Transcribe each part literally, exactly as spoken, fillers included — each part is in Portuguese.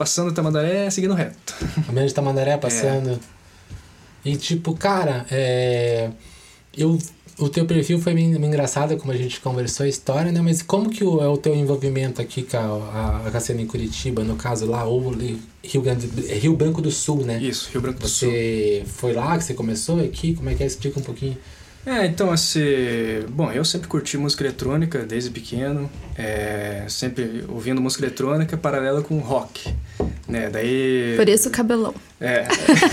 passando Tamandaré, seguindo reto. A Mirante Tamandaré passando. É. E tipo, cara, é... eu... o teu perfil foi meio, meio engraçado, como a gente conversou a história, né? Mas como que o, é o teu envolvimento aqui com a, a, a cena em Curitiba, no caso lá, ou Rio, Grande, Rio Branco do Sul, né? Isso, Rio Branco do Sul. Você foi lá que você começou aqui? Como é que é? Explica um pouquinho. É, então, assim... Bom, eu sempre curti música eletrônica desde pequeno. É, sempre ouvindo música eletrônica paralela com rock. Né, daí... Por isso o cabelão. É,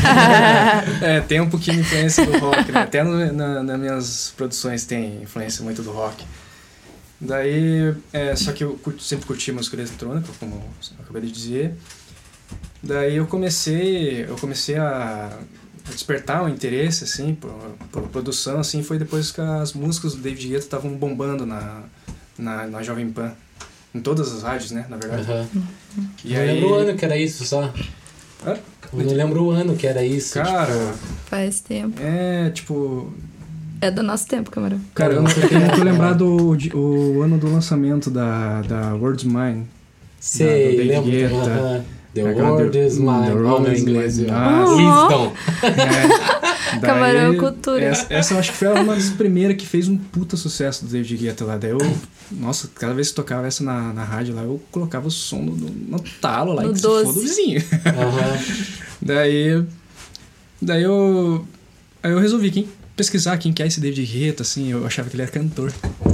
é, tem um pouquinho de influência do rock, né? Até no, na, nas minhas produções tem influência muito do rock. Daí, é, só que eu curti, sempre curti música eletrônica, como eu acabei de dizer. Daí eu comecei, eu comecei a despertar um interesse, assim, por, por produção, assim, foi depois que as músicas do David Guetta estavam bombando na, na, na Jovem Pan. Em todas as rádios, né, na verdade. Uhum. E eu aí... lembro o ano que era isso, só. Hã? Eu não lembro o ano que era isso. Cara... Tipo... Faz tempo. É, tipo... É do nosso tempo, camarão. Cara, eu não tô lembrado o, o ano do lançamento da, da World's Mine. Sei, da, do lembro. David Guetta. Uh-huh. The World is Mine. Oh, meu inglês. Ah, Wisdom. É. Camarão Cultura. Essa, essa eu acho que foi uma das primeiras que fez um puta sucesso do David Guetta lá. Daí eu... Nossa, cada vez que tocava essa na, na rádio lá, eu colocava o som no, no talo lá no e que se foda o vizinho. Uhum. Daí... Daí eu... Aí eu resolvi quem, pesquisar quem que é esse David Guetta, assim. Eu achava que ele era cantor.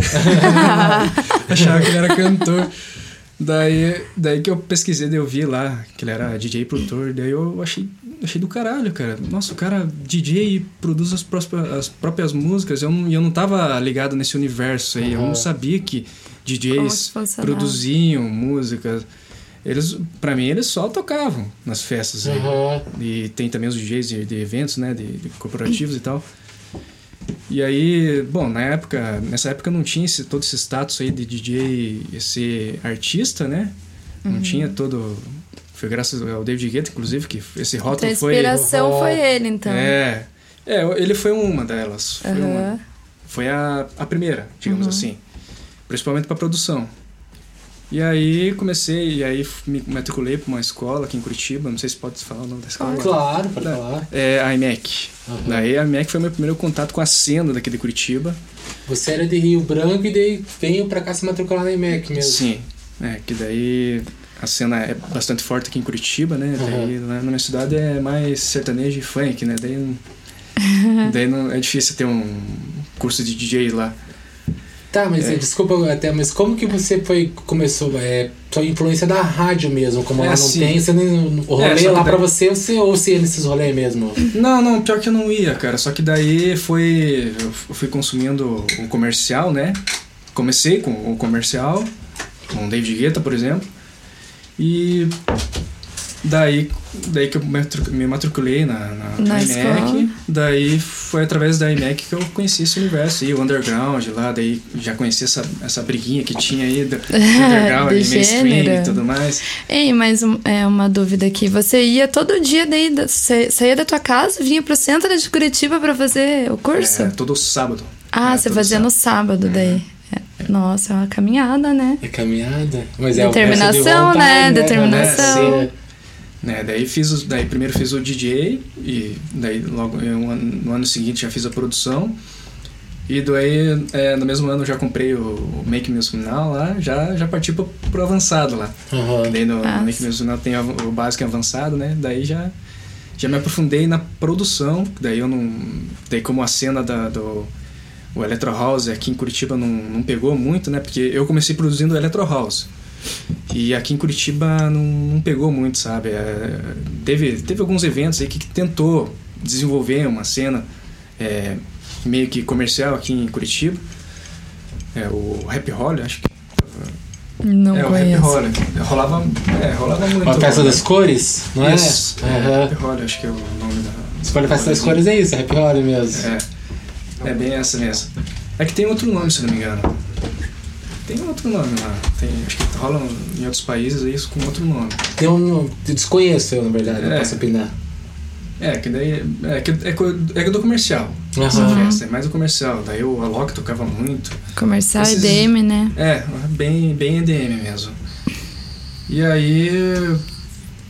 Achava que ele era cantor. Daí, daí que eu pesquisei, daí eu vi lá que ele era D J e produtor, daí eu achei, achei do caralho, cara. Nossa, o cara D J e produz as próprias, as próprias músicas. Eu não, eu não tava ligado nesse universo aí, uhum. Eu não sabia que D Js produziam músicas. Eles, pra mim, eles só tocavam nas festas aí. Uhum. E tem também os D Js de, de eventos, né, de, de corporativos e tal. E aí, bom, na época, nessa época não tinha esse, todo esse status aí de D J e ser artista, né? Não uhum. tinha todo... Foi graças ao David Guetta, inclusive, que esse rótulo então, foi... A inspiração foi, foi ele, então. É, é, ele foi uma delas. Foi, uhum. uma, foi a, a primeira, digamos uhum. assim. Principalmente pra produção. E aí comecei, e aí me matriculei para uma escola aqui em Curitiba, não sei se pode falar o nome da escola. Claro, pode falar. É a I M E C. Uhum. Daí a I M E C foi meu primeiro contato com a cena daqui de Curitiba. Você era de Rio Branco e daí veio para cá se matricular na I M E C mesmo. Sim, é, que daí a cena é bastante forte aqui em Curitiba, né? Uhum. Daí lá na minha cidade é mais sertanejo e funk, né? Daí, não, daí não, é difícil ter um curso de D J lá. Tá, mas é. desculpa até, mas como que você foi, começou, é, sua influência da rádio mesmo, como é, lá não assim, tem, você nem, o rolê é, lá daí... pra você, você ou você ia nesses rolês mesmo? Não, não, pior que eu não ia, cara, só que daí foi, eu fui consumindo o comercial, né, comecei com o comercial, com o David Guetta, por exemplo, e daí, daí que eu me matriculei na, na, na I M E C, daí foi através da I M E C que eu conheci esse universo aí, o underground lá, daí já conheci essa, essa briguinha que tinha aí do, do underground e mainstream e tudo mais. Ei, mas é uma dúvida aqui, você ia todo dia daí, você saía da tua casa, vinha pro centro de Curitiba pra fazer o curso? É, todo sábado. Ah, é, você fazia sábado. no sábado daí. É. É. Nossa, é uma caminhada, né? É caminhada? Mas Determinação, é o de vontade, né? né? Determinação. É, né, daí fiz os, daí primeiro fiz o D J e daí logo eu, no ano seguinte já fiz a produção e daí é, no mesmo ano eu já comprei o, o Make Music Now lá, já já parti pro, pro avançado lá. Uhum. Daí no, no Make Music Now tem o, o básico e avançado, né? Daí já já me aprofundei na produção, daí eu não, daí como a cena da do o Electro House aqui em Curitiba não, não pegou muito, né? Porque eu comecei produzindo Electro House. E aqui em Curitiba não, não pegou muito, sabe? É, teve, teve alguns eventos aí que, que tentou desenvolver uma cena é, meio que comercial aqui em Curitiba. É, o Happy Holly, acho que... Não é, conheço. o Happy Holly. Rolava, é, rolava muito. A Festa das Cores, não é? Isso, é, uhum. Happy Holly, acho que é o nome da... Escolha Festa das Cores é isso, Happy Holly mesmo. É, é bem essa mesmo. É que tem outro nome, se não me engano. Tem outro nome lá. Tem, acho que rola em outros países isso com outro nome. Tem um... Desconheço eu, na verdade, é. Não posso opinar. É, que daí... É, que, é, é do comercial. Uhum. Essa festa. É mais do comercial. Daí o Alok tocava muito. Comercial Esses, E D M, né? É, bem, bem E D M mesmo. E aí...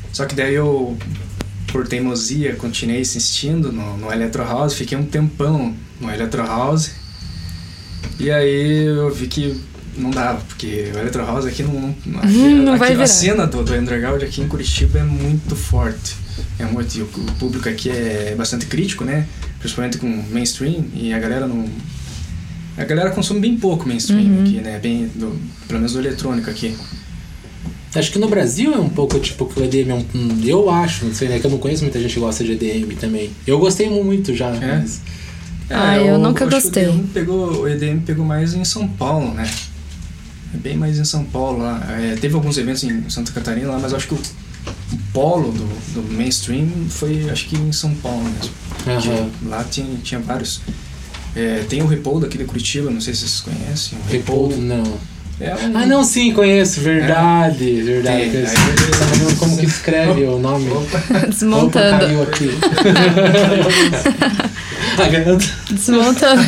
Só que daí eu, por teimosia, continuei insistindo no, no Electro House, fiquei um tempão no Electro House. E aí eu vi que não dava, porque o Electro House aqui não... não, aqui, hum, não aqui, vai a virar. cena do, do underground aqui em Curitiba é muito forte. É muito, o público aqui é bastante crítico, né? Principalmente com mainstream, e a galera não... A galera consome bem pouco mainstream uhum. aqui, né? Bem, do, pelo menos do eletrônico aqui. Acho que no Brasil é um pouco tipo que o E D M é um... Eu acho, não sei, né? Que eu não conheço muita gente que gosta de E D M também. Eu gostei muito já, é. mas... É, ah, eu, eu nunca gostei. O E D M pegou, o E D M pegou mais em São Paulo, né? É bem mais em São Paulo lá. É, teve alguns eventos em Santa Catarina lá, mas eu acho que o, o polo do, do mainstream foi, acho que em São Paulo mesmo. Uhum. Lá tinha, tinha vários. É, tem o Repoldo aqui de Curitiba, não sei se vocês conhecem. O Repoldo, não. É um... Ah, não, sim, conheço, verdade, é. verdade. Tem, aí, como que escreve o nome? Desmontando. Opa, caiu aqui. Desmontando.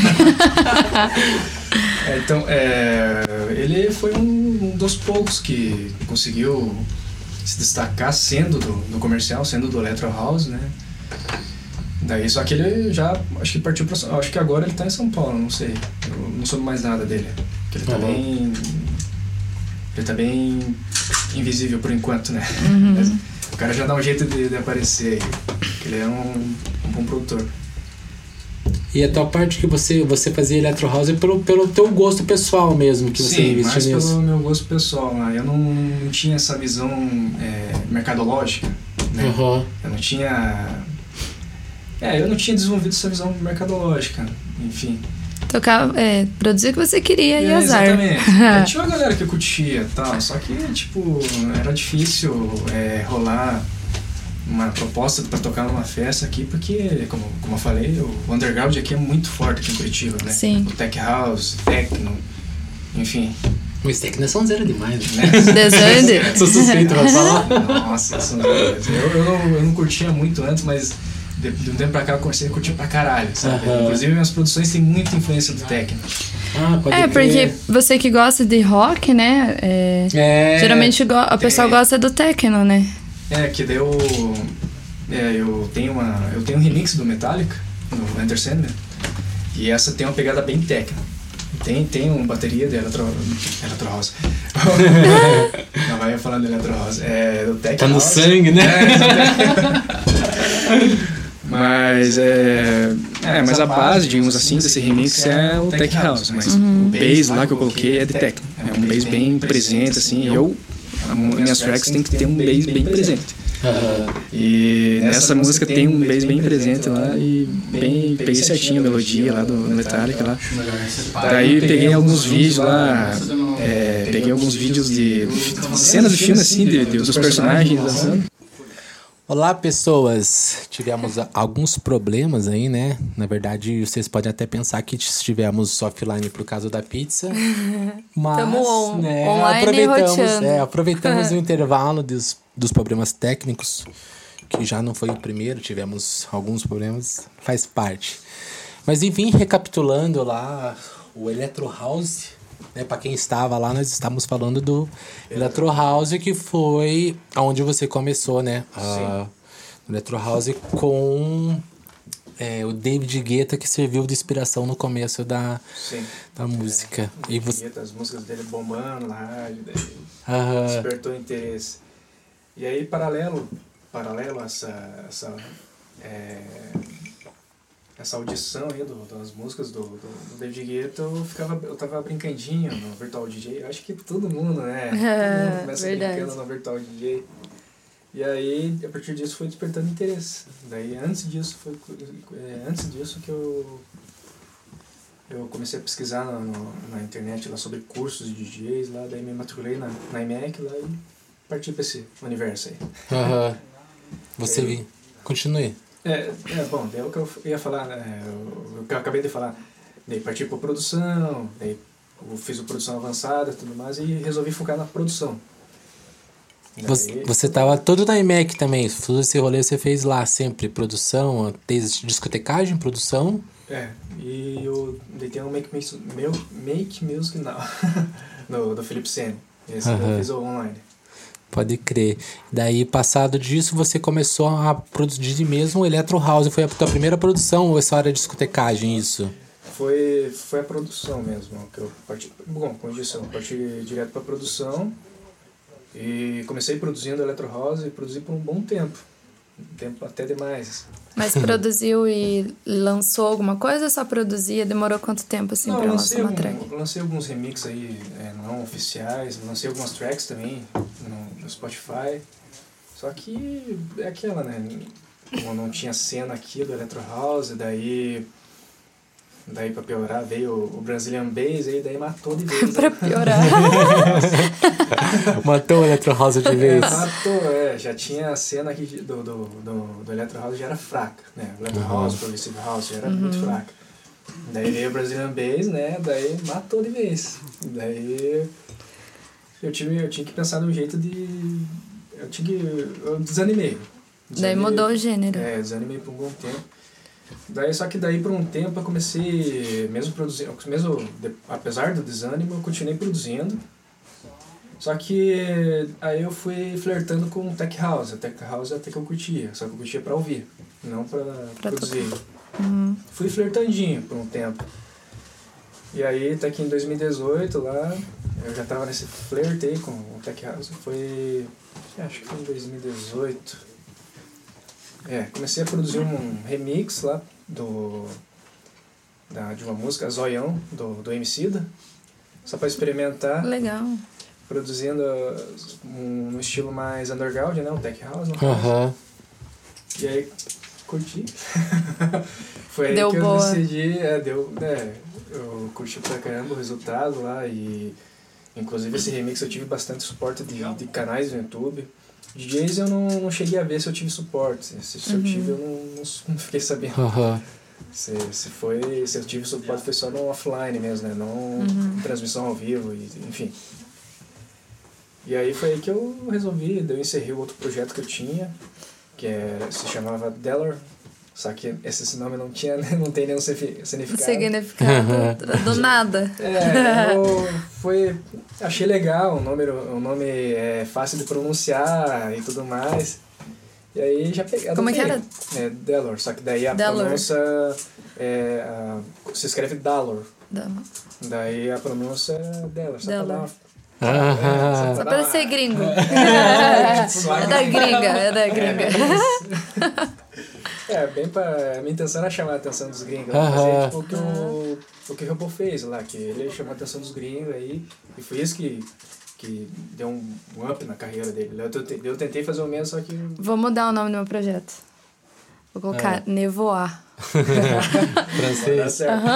É, então, é, ele foi um, um dos poucos que conseguiu se destacar sendo do, do comercial, sendo do Electro House, né? Daí, só que ele já, acho que partiu pra... Acho que agora ele tá em São Paulo, não sei. Eu não soube mais nada dele. Porque ele tá uhum. bem... Ele tá bem invisível por enquanto, né? Uhum. Mas o cara já dá um jeito de, de aparecer aí. Porque ele é um, um bom produtor. E a tua parte que você, você fazia Electro House é pelo, pelo teu gosto pessoal mesmo, que Sim, você investiu mais nisso? Pelo meu gosto pessoal. Né? Eu não, não tinha essa visão é, mercadológica, né? Uhum. Eu não tinha... É, eu não tinha desenvolvido essa visão mercadológica, enfim. Tocar, é, produzir o que você queria é, e azar. Exatamente. é, tinha uma galera que curtia e tal, só que, tipo, era difícil é, rolar uma proposta para tocar numa festa aqui, porque, como, como eu falei, o underground aqui é muito forte aqui em Curitiba, né? Sim. O tech house, techno, enfim. Os techno são zero demais, né? Desande. Sou suspeito pra falar. Nossa, são zero. Eu, eu, não, eu não curtia muito antes, mas de, de um tempo pra cá eu comecei a curtir pra caralho, sabe? Uhum. Inclusive minhas produções têm muita influência do techno. Ah, pode é, crer. porque você que gosta de rock, né? É, é, geralmente go- a pessoa é, gosta do techno, né? É, que daí eu, é, eu tenho uma. Eu tenho um remix do Metallica, no Enter Sandman, e essa tem uma pegada bem techno. Tem, tem uma bateria de Electro, Electro House. Não vai falando de Electro House. É do Tech Tá House. No sangue, né? É, mas é, é, mas a base, digamos assim, desse remix é o Tech House. Mas uhum. o bass lá que eu coloquei é de techno. É um bass bem presente, assim. Eu, minhas tracks tem que ter um bass bem presente. Uhum. E nessa música tem um bass bem presente lá e bem, peguei certinho a melodia lá do Metallica lá. Daí peguei alguns vídeos lá, é, peguei alguns vídeos de, de cenas de filme assim, de, de, dos personagens dançando. Olá, pessoas! Tivemos alguns problemas aí, né? Na verdade, vocês podem até pensar que estivemos offline por causa da pizza. Mas, on, né, online aproveitamos, é, aproveitamos o intervalo dos, dos problemas técnicos, que já não foi o primeiro, tivemos alguns problemas, faz parte. Mas, enfim, recapitulando lá, o Electro House... Né, para quem estava lá, nós estávamos falando do Electro House, que foi onde você começou, né? A, o Electro House com é, o David Guetta, que serviu de inspiração no começo da, da música. É, e você... Guetta, as músicas dele bombando na rádio, daí uh-huh. despertou interesse. E aí, paralelo, paralelo a essa... essa é, essa audição aí do, das músicas do, do, do David Guetta, eu, ficava, eu tava brincandinho no Virtual D J. Eu acho que todo mundo, né? Todo mundo começa brincando no Virtual D J. E aí, a partir disso, foi despertando interesse. Daí, antes disso, foi, é, antes disso que eu, eu comecei a pesquisar na, no, na internet lá sobre cursos de D Js lá. Daí, me matriculei na, na I M E C lá e parti pra esse universo aí. Aham. Você vi. Continue. É, é, bom, daí é o que eu ia falar, né, o que eu acabei de falar, daí parti para produção, daí eu fiz a produção avançada e tudo mais e resolvi focar na produção. Daí, você, você tava todo na I M E C também, todo esse rolê você fez lá sempre, produção, desde discotecagem, produção? É, e eu daí tem um Make, Make Music Now, no, do Felipe Sen, esse uhum. eu fiz online. Pode crer. Daí, passado disso, você começou a produzir mesmo o Electro House. Foi a tua primeira produção ou essa área de discotecagem, isso? Foi, foi a produção mesmo. Que eu parti, bom, como eu disse, eu parti direto para a produção e comecei produzindo Electro House e produzi por um bom tempo. Um tempo até demais. Mas produziu e lançou alguma coisa ou só produzia? Demorou quanto tempo assim para lançar uma um, track? Lancei alguns remixes aí é, não oficiais, lancei algumas tracks também no, no Spotify. Só que é aquela, né? Como não tinha cena aqui do Electro House, daí... Daí pra piorar veio o Brazilian Bass e daí matou de vez. Pra piorar. Matou o Electro House de vez. É, matou, é. Já tinha a cena aqui do, do, do, do Electro House já era fraca, né? O Electro uhum. House, Progressive House já era uhum. muito fraca. Daí veio o Brazilian Bass, né? Daí matou de vez. Daí eu, tive, eu tinha que pensar num jeito de... Eu tinha que... Eu desanimei. desanimei daí mudou o gênero. É, desanimei por um bom tempo. Daí, só que daí por um tempo eu comecei, mesmo produzindo, mesmo de, apesar do desânimo, eu continuei produzindo. Só que aí eu fui flertando com o Tech House. A Tech House até que eu curtia, só que eu curtia pra ouvir, não pra, pra produzir. Uhum. Fui flertandinho por um tempo. E aí até que em dois mil e dezoito lá, eu já tava nesse flerte aí com o Tech House. Foi, acho que foi em dois mil e dezoito. É, comecei a produzir um remix lá do, da, de uma música, Zoião, do, do Emicida, só para experimentar. Legal. Produzindo um, um estilo mais underground, né, um tech house. Um uhum. E aí, curti. Foi aí deu que boa. eu decidi, é, deu, é, eu curti pra caramba o resultado lá e, inclusive, esse remix eu tive bastante suporte de, de canais no YouTube. D Js eu não, não cheguei a ver se eu tive suporte. Se, se uhum. eu tive, eu não, não, não fiquei sabendo. Uhum. Se, se, foi, se eu tive suporte, foi só no offline mesmo, né? Não uhum. transmissão ao vivo, e, enfim. E aí foi aí que eu resolvi, eu encerrei o outro projeto que eu tinha, que é, se chamava Delor. Só que esse nome não, tinha, não tem nenhum significado. Significado do nada. É, eu, foi, achei legal, o nome, o nome é fácil de pronunciar e tudo mais. E aí já peguei. Como é que era? É, Delor, só que daí a Delor. pronúncia é, a, se escreve Dalor. Dalor. Daí a pronúncia é Delor, só Delor. pra dar Ah, é, só pra ser gringo. é, é da gringa, é da gringa. É, bem pra... A minha intenção era chamar a atenção dos gringos. Aham. Fazer tipo o que o, o que o Rambo fez lá, que ele chamou a atenção dos gringos aí. E foi isso que, que deu um, um up na carreira dele. Eu, eu tentei fazer o mesmo, só que... Vou mudar o nome do meu projeto. Vou colocar é. Nevoar. Francês.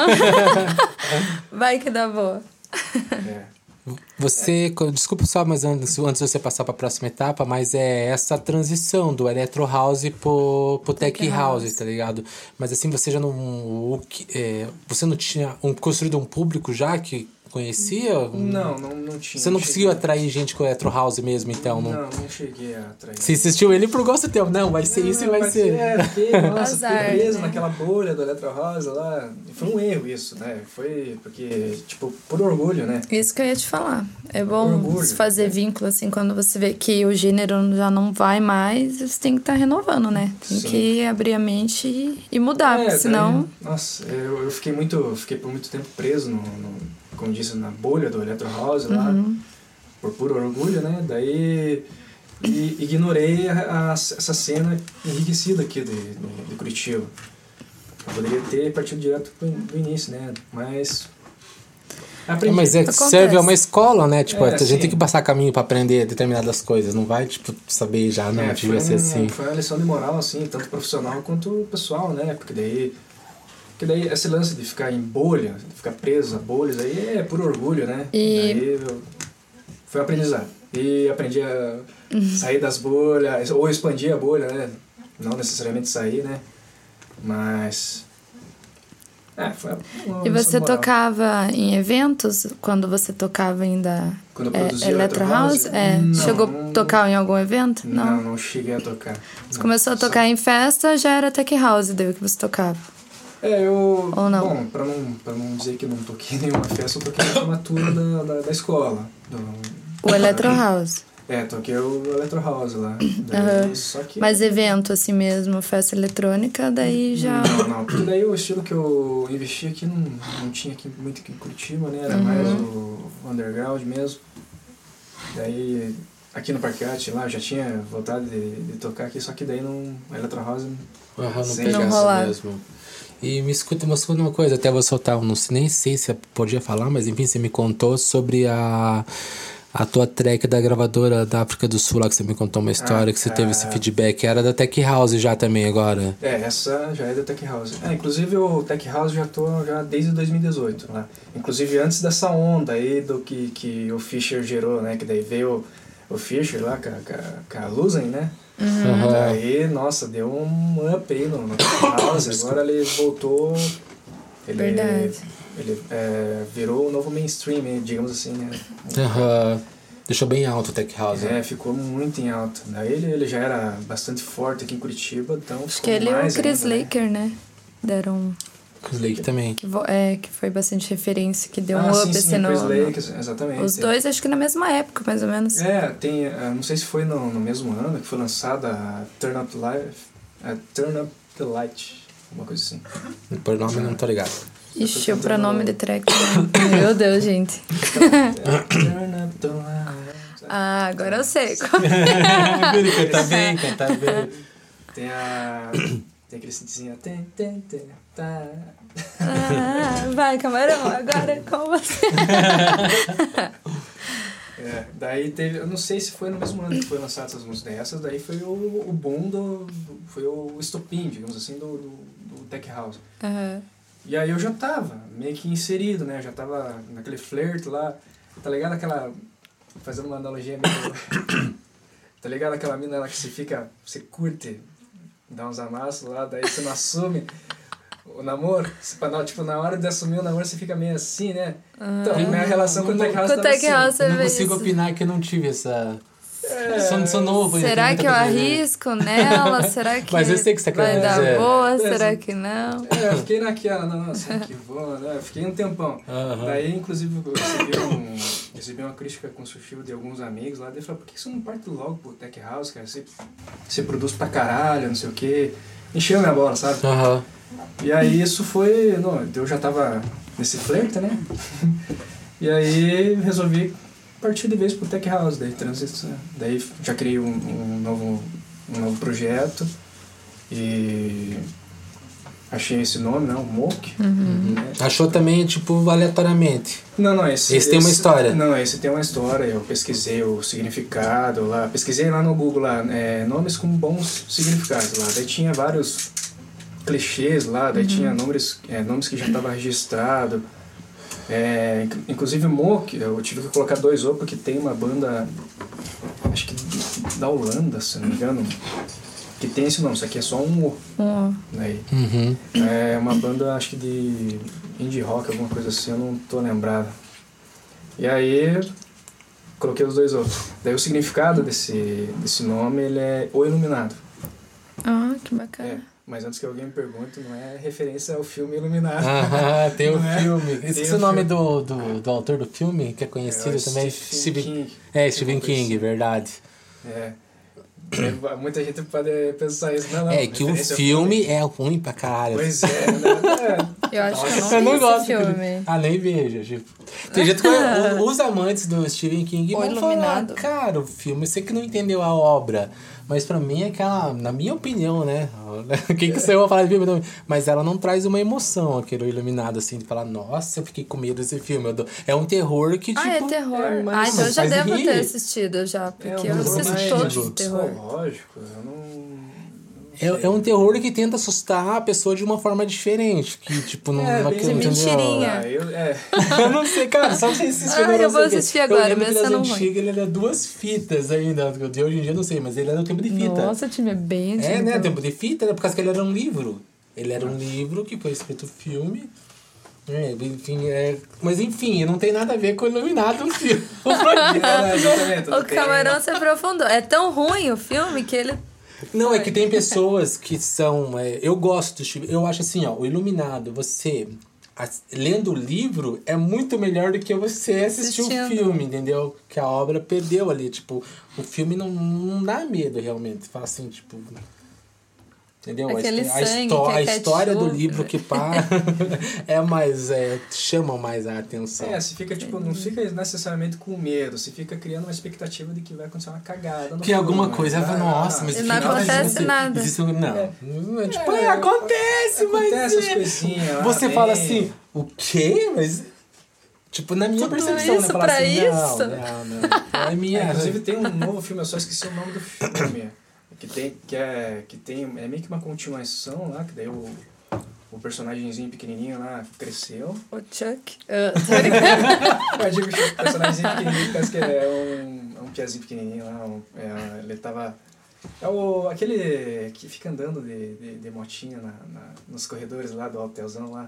Uhum. Vai que dá boa. É. Você, desculpa só, mas antes, antes de você passar para a próxima etapa, mas é essa transição do Electro House pro, pro Tech, Tech House, House, tá ligado? Mas assim, você já não... O, é, você não tinha um, construído um público já que conhecia? Não, não, não tinha. Você não, não conseguiu cheguei. atrair gente com o Electro House mesmo, então? Não, não, não cheguei a atrair. Você insistiu ele por gosto teu? Não, vai ser não, isso e vai, vai ser... É, fiquei, nossa, Azar, fiquei preso né? naquela bolha do Electro House lá. Foi um erro isso, né? Foi porque, tipo, por orgulho, né? Isso que eu ia te falar. É bom orgulho, fazer né? vínculo, assim, quando você vê que o gênero já não vai mais, você tem que estar tá renovando, né? Tem Sim. que abrir a mente e, e mudar, é, porque senão... Daí, nossa, eu, eu fiquei muito, fiquei por muito tempo preso no, no como disse, na bolha do Electro House lá, uhum. por puro orgulho, né? Daí e, ignorei a, a, essa cena enriquecida aqui de, de, de Curitiba. Eu poderia ter partido direto do início, né? Mas... É, mas é, serve a uma escola, né? Tipo, é, a gente sim. tem que passar caminho pra aprender determinadas coisas. Não vai, tipo, saber já, não, é, devia ser um, assim. Foi uma lição de moral, assim, tanto profissional quanto pessoal, né? Porque daí... Porque daí esse lance de ficar em bolha, de ficar preso a bolhas, aí é por orgulho, né? E... Daí eu... foi um aprendizado. E aprendi a sair das bolhas, ou expandir a bolha, né? Não necessariamente sair, né? Mas... É, foi uma E você moral. Tocava em eventos? Quando você tocava ainda Quando eu é, produzia Electro House? House? É. Não, Chegou não, a tocar em algum evento? Não, Não, não cheguei a tocar. Você não. começou a tocar Só... em festa, já era Tech House, daí que você tocava? É, eu... Ou não? Bom, pra não, pra não dizer que não toquei em nenhuma festa, eu toquei na formatura da, da, da escola. Do, o Electro House? É, toquei o Electro House lá. Daí, Uhum. só que... Mas evento assim mesmo, festa eletrônica, daí já... Não, não, porque daí o estilo que eu investi aqui não, não tinha aqui, muito aqui em Curitiba, né? Era uhum. mais o underground mesmo. Daí, aqui no Parqueate lá, eu já tinha vontade de, de tocar aqui, só que daí não... A Electro House... Uhum, não sem pegasse mesmo. E me escuta, me escuta uma coisa, até vou soltar, não sei, nem sei se eu podia falar, mas enfim, você me contou sobre a, a tua track da gravadora da África do Sul, lá que você me contou uma história, ah, que você teve esse feedback, era da Tech House já também agora. É, essa já é da Tech House. É, inclusive o Tech House já tô já desde dois mil e dezoito lá. Inclusive antes dessa onda aí do que, que o Fischer gerou, né, que daí veio o Fischer lá com a, com a Luzen, né? Uhum. Daí, nossa, deu um up aí no, no House, agora ele voltou, ele, Verdade. ele é, virou o novo mainstream, digamos assim, né? Uhum. Deixou bem alto o Tech House. É, né? Ficou muito em alta. Daí ele, ele já era bastante forte aqui em Curitiba, então acho que ele e o Chris ainda, Laker, né? Deram... Chris Lake também. Que, é, que foi bastante referência, que deu ah, um sim, up sim, esse no, Chris Lake, exatamente. Os dois, acho que na mesma época, mais ou menos. É, tem, não sei se foi no, no mesmo ano que foi lançada a Turn Up the Light, a Turn Up the Light, uma coisa assim. Por nome não tô ligado. Ixi, o pronome de track também. Meu Deus, gente. Turn Up the Light. Ah, agora eu sei. Canta bem, canta bem. Tem a... Tem aquele synthzinho... Tem, tem, tem, tá. Ah, vai, Camarão, agora com você. É, daí teve... Eu não sei se foi no mesmo ano que foi lançado essas músicas dessas, daí foi o, o boom do... Foi o estopim, digamos assim, do, do, do Tech House. Uhum. E aí eu já tava meio que inserido, né? Eu já tava naquele flirt lá, tá ligado? Aquela... Fazendo uma analogia meio... Tá ligado aquela mina lá que você fica... Você curte, dá uns amassos lá, daí você não assume o namoro. Tipo, na hora de assumir o namoro você fica meio assim, né? Uhum. Então, minha relação com o Tech House tava assim. House eu não consigo isso. opinar que eu não tive essa... É, sou, sou novo. Será que eu arrisco nela? Será que Mas eu sei que você vai quer dar dizer. boa? É, Será é, que não? É, eu fiquei naquela, nossa, que boa, né? Eu fiquei um tempão. Uhum. Daí, inclusive, eu recebi, um, recebi uma crítica construtiva de alguns amigos lá. Daí falaram, por que você não parte logo pro Tech House, cara? Você, você produz pra caralho, não sei o quê. Encheu minha bola, sabe? Uhum. E aí isso foi... Não, eu já tava nesse flerte, né? E aí resolvi partir de vez pro Tech House, daí transição. Daí já criei um, um, novo, um novo projeto e achei esse nome, né? O Moke. Uhum. Né? Achou também, tipo, aleatoriamente? Não, não, esse... Esse tem uma história? Não, esse tem uma história. Eu pesquisei o significado lá. Pesquisei lá no Google, lá, é, nomes com bons significados lá. Daí tinha vários clichês lá, daí uhum. tinha nomes, é, nomes que já estavam registrados. É, inclusive o Moke, eu tive que colocar dois O porque tem uma banda, acho que da Holanda, se não me engano, que tem esse nome, isso aqui é só um O. Uhum. Né? Uhum. É uma banda, acho que de indie rock, alguma coisa assim, eu não tô lembrado. E aí, coloquei os dois O. Daí o significado desse, desse nome, ele é O Iluminado. Ah, que bacana. É. Mas antes que alguém me pergunte, não é referência ao filme Iluminado. Ah, tem o é? filme. Esse é o nome do, do, do autor do filme, que é conhecido é também? Stephen King. É, Stephen King, assim. Verdade. É. é. Muita gente pode pensar isso. Não, não. É que o filme, filme é ruim pra caralho. Pois é, né? Eu acho Nossa, que eu não, eu não gosto filme. Que... Ah, nem vejo. Tipo. Tem gente que os amantes do Stephen King vão falar, cara, o filme, você que não entendeu a obra. Mas pra mim é aquela, na minha opinião, né? Quem que saiu a falar de filme? Mas ela não traz uma emoção, aquele Iluminado, assim, de falar, nossa, eu fiquei com medo desse filme. É um terror que, tipo... Ah, é terror. É, mas ah, então eu já devo rir. ter assistido já, porque é um eu assisto todos de terror. Lógico, eu não... É, é um terror que tenta assustar a pessoa de uma forma diferente. Que, tipo, não... É, não bem de mentirinha. Ah, eu, é. eu não sei, cara. Só você assistir. Ah, eu vou assistir agora, mas você não vai. Ele era duas fitas ainda. De hoje em dia, eu não sei, mas ele era o tempo de fita. Nossa, o time é bem antigo. É, né? Então. Tempo de fita, né? Por causa que ele era um livro. Ele era um livro que foi escrito filme. É, enfim, é... Mas enfim, não tem nada a ver com o Iluminado o filme. O, o Camarão se aprofundou. É tão ruim o filme que ele... Não, é que tem pessoas que são... É, eu gosto do filme. Eu acho assim, ó, o Iluminado, você... a, lendo o livro é muito melhor do que você assistir o filme, entendeu? Que a obra perdeu ali, tipo, o filme não, não dá medo realmente. Fala assim, tipo... Entendeu? Aquele a, sangue, histó- que é a história ketchup. do livro que pá, é mais, é, chama mais a atenção. É, você fica, tipo, não fica necessariamente com medo, você fica criando uma expectativa de que vai acontecer uma cagada no Que filme, alguma né? coisa, Ah, nossa, mas E no não final acontece existe- nada. existe um- não, É. é, tipo, É, é, acontece, mas... acontece as é. coisinhas lá, Você tem- fala assim, o quê? Mas... Tipo, na minha Tudo percepção, isso né? Falar pra assim, isso? Não, não, não. É minha... É, inclusive tem um novo filme, eu só esqueci o nome do filme, que tem, que é, que tem, é meio que uma continuação lá, que daí o, o personagemzinho pequenininho lá cresceu. O Chuck. Uh, tô brincando. Eu digo que o personagemzinho pequenininho parece que é um, é um piazinho pequenininho lá, um, é, ele tava... É o, aquele que fica andando de, de, de motinha na, na, nos corredores lá do hotelzão lá.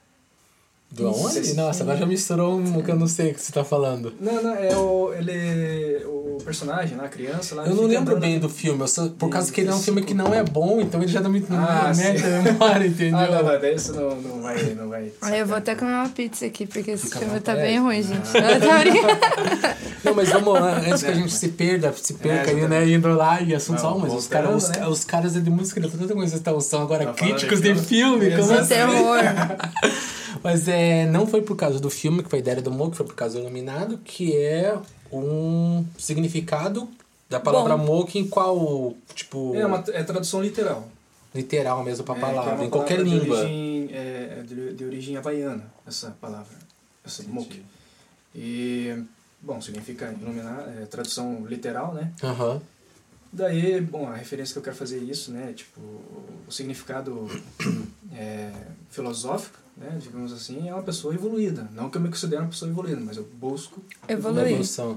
Do onde? Nossa, agora já misturou um que eu não sei o que você tá falando. Não, não, é o, ele, o personagem lá, a criança lá. Eu não fica lembro andando- bem do filme, eu só, por E- causa que ele é um filme que não é bom, então ele já não me Ah, mete sim. a memória, entendeu? Ah, não, não, daí isso não, não vai, não vai. Aí eu vou até comer uma pizza aqui, porque esse Fica filme à tá vontade. bem ruim, gente. Ah. Eu tô brincando. Não, mas vamos lá, antes que a gente se perda, se perca É, aí, né, indo lá e assuntos, Não, ó, mas os voltando, caras, os, né? ca- os caras é de música, eles tanta coisa que são agora Tá falando críticos de de filme? filme, como Exato. assim? Terror. Mas é, não foi por causa do filme, que foi a ideia do Moque, foi por causa do Iluminado, que é um significado da palavra Bom. Moque em qual, tipo, É uma é tradução literal. literal mesmo pra É, que é palavra, uma em qualquer palavra língua. De origem, é, é de, de origem havaiana, essa palavra, essa moque. E, bom, significa iluminar, é tradução literal, né? Aham. Daí, bom, a referência que eu quero fazer é isso, né? Tipo, o significado é, filosófico, né? Digamos assim, é uma pessoa evoluída. Não que eu me considere uma pessoa evoluída, mas eu busco Evoluir. Evolução.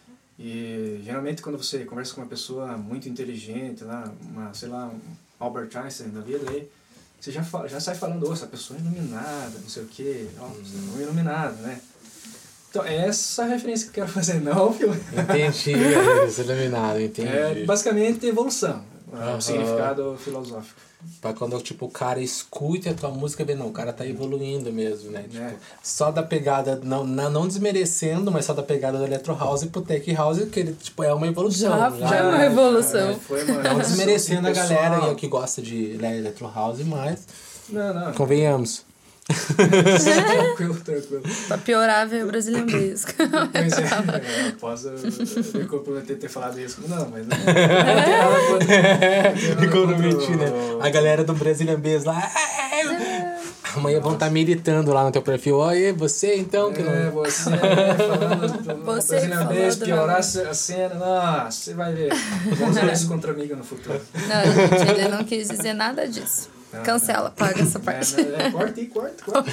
E geralmente quando você conversa com uma pessoa muito inteligente, lá, uma, sei lá, um Albert Einstein da vida, aí você já, fala, já sai falando, oh, essa pessoa é iluminada, não sei o quê, ó, você é um iluminado, né? Então, é essa a referência que eu quero fazer, não, filho. Entendi, é isso, iluminado, entendi. É basicamente evolução, é Aham. o significado filosófico. Pra quando tipo, o cara escute a tua música, vê, não, o cara tá evoluindo mesmo, né? Tipo, É. só da pegada, não, na- não desmerecendo, mas só da pegada do Electro House pro Tech House, que ele, tipo, é uma evolução. Já, né? já é uma revolução. É, foi uma Não revolução, desmerecendo a assim, galera pessoal. aí, que gosta de Electro House, mas Não, não. convenhamos. Tranquilo, tranquilo. Pra piorar, veio o Brazilian Basic. Pois é, eu posso me comprometer a ter falado isso. Não, mas não, não tem nada contra... não tem nada Me comprometi, contra né? o- A galera do Brazilian Bass lá. Amanhã vão estar militando lá no teu perfil. Olha, você então que É, não. você falando Você que falou brasileiro do piorar nome. a cena, nossa, você vai ver. Vamos usar isso contra a amiga no futuro. Não, gente, ele não quis dizer nada disso. Não, Cancela, paga essa parte. É, é, corta aí, corta, corta.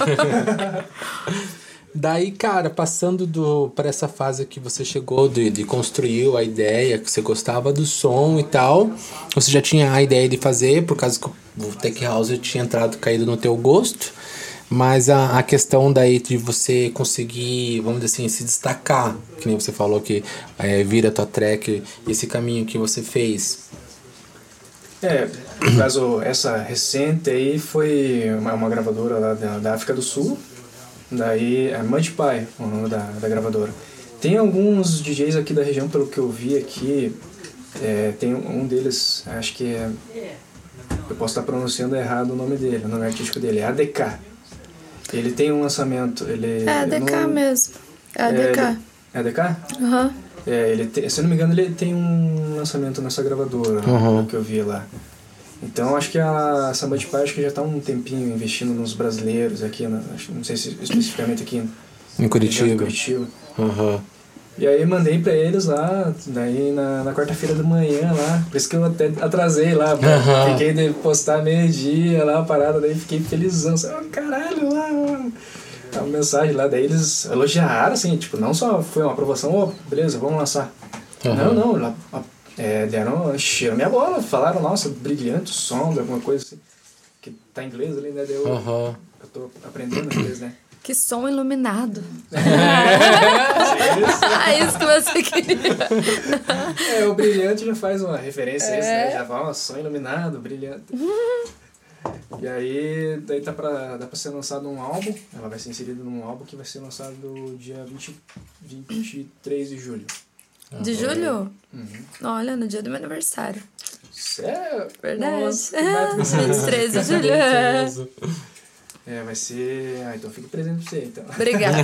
Daí, cara, passando do para essa fase que você chegou de, de construir a ideia, que você gostava do som e tal, você já tinha a ideia de fazer, por causa que o Tech House tinha entrado, caído no teu gosto, mas a, a questão daí de você conseguir, vamos dizer assim, se destacar, que nem você falou que é, vira tua track, esse caminho que você fez. É, no caso, essa recente aí foi uma, uma gravadora lá da, da África do Sul. Daí é Mudpie, o nome da, da gravadora. Tem alguns D Js aqui da região, pelo que eu vi aqui. É, tem um deles, acho que é. Eu posso estar pronunciando errado o nome dele, o nome artístico dele, é A D K. Ele tem um lançamento. Ele, É A D K não- mesmo. É A D K. É A D K? Aham. É, ele tem, se eu não me engano, ele tem um lançamento nessa gravadora, Uhum. pelo que eu vi lá. Então, acho que a Samba de Pai acho que já está um tempinho investindo nos brasileiros aqui, na, acho- não sei se especificamente aqui Em em Curitiba. Curitiba. Uhum. E aí mandei pra eles lá, daí na, na quarta-feira da manhã lá, por isso que eu até atrasei lá, Aham. fiquei de postar meio-dia lá, a parada, daí fiquei felizão, assim, oh, caralho, lá, mano. A mensagem lá, daí eles elogiaram, assim, tipo, não só foi uma aprovação, ô, beleza, vamos lançar. Uhum. Não, não, lá, ó, é, deram, encheram minha bola, falaram, nossa, brilhante o som, alguma coisa assim, que tá em inglês ali, né, daí eu, Uhum. eu tô aprendendo inglês, né. Que som iluminado. É isso. Ah, isso que você queria. É, o brilhante já faz uma referência a isso, É. né? Já fala, som iluminado, brilhante. E aí, daí tá pra, dá pra ser lançado um álbum, ela vai ser inserida num álbum que vai ser lançado dia vinte, vinte e três de julho. De ah, julho? Uhum. Olha, no dia do meu aniversário. Sério? Verdade. Nossa, vinte e três de julho. É, vai ser... Ah, então fica presente pra você, então. Obrigada.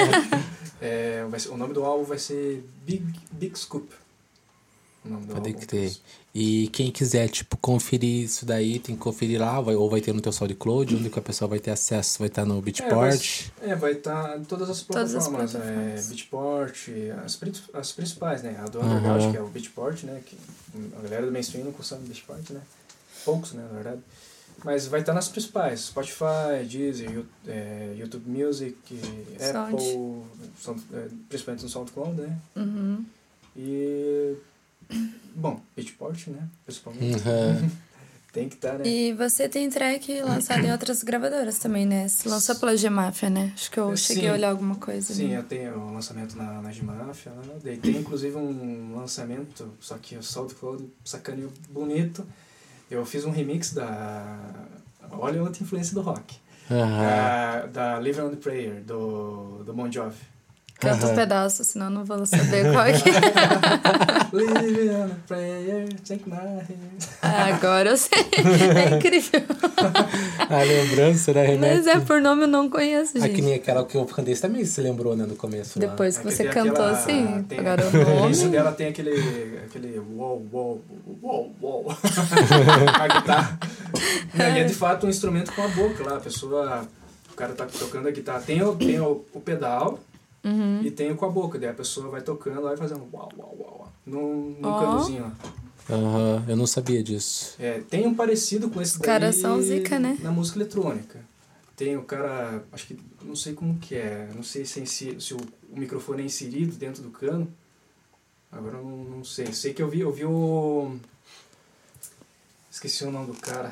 é, vai ser... O nome do álbum vai ser Big, Big Scoop. O nome do Pode álbum. crer. E quem quiser, tipo, conferir isso daí, tem que conferir lá, vai, ou vai ter no teu SoundCloud, onde que a pessoa vai ter acesso, vai estar no Beatport. É, vai estar em todas as plataformas, todas as plataformas. É, Beatport, as, as principais, né? A do Underground, uhum. que é o Beatport, né? Que a galera do mainstream não consome Beatport, né? Poucos, né, na verdade. Mas vai estar nas principais, Spotify, Deezer, YouTube, é, YouTube Music, Sound. Apple, sound, é, principalmente no SoundCloud, né? Uhum. E... Bom, Beatport, né? Principalmente. Uhum. Tem que estar, tá, né? E você tem track lançado em outras gravadoras também, né? Você lançou pela G-Mafia, né? Acho que eu Sim. cheguei a olhar alguma coisa. Sim, né? eu tenho o lançamento na, na G-Mafia. Né? Tem inclusive um lançamento, só que o SoundCloud sacaneou bonito. Eu fiz um remix da... Olha outra influência do rock. Uhum. A, da Live on the Prayer, do, do Bon Jovi. Canta um pedaço, senão eu não vou saber qual é que é. Live on the Prayer, take my hand. Agora eu sei. É incrível. A lembrança, né? Remete... Mas é, por nome eu não conheço, gente. Ah, que nem aquela que eu cantei, você também se lembrou, né, no começo. Depois lá. que é você que cantou aquela, assim, tem, agora o nome... O início dela tem aquele... aquele wow, wow, wow, wow. A guitarra. Não, e é de fato um instrumento com a boca lá. A pessoa... O cara tá tocando a guitarra. Tem o, tem o, o pedal... Uhum. E tem o com a boca, daí a pessoa vai tocando, vai fazendo uau, uau, uau, num, num oh. canuzinho lá. Aham, uhum, eu não sabia disso. É, tem um parecido com esse Os daí caras são zica, né? na música eletrônica. Tem o cara, acho que, não sei como que é, não sei se, se, se o, o microfone é inserido dentro do cano. Agora eu não, não sei. Sei que eu vi, eu vi o... Esqueci o nome do cara.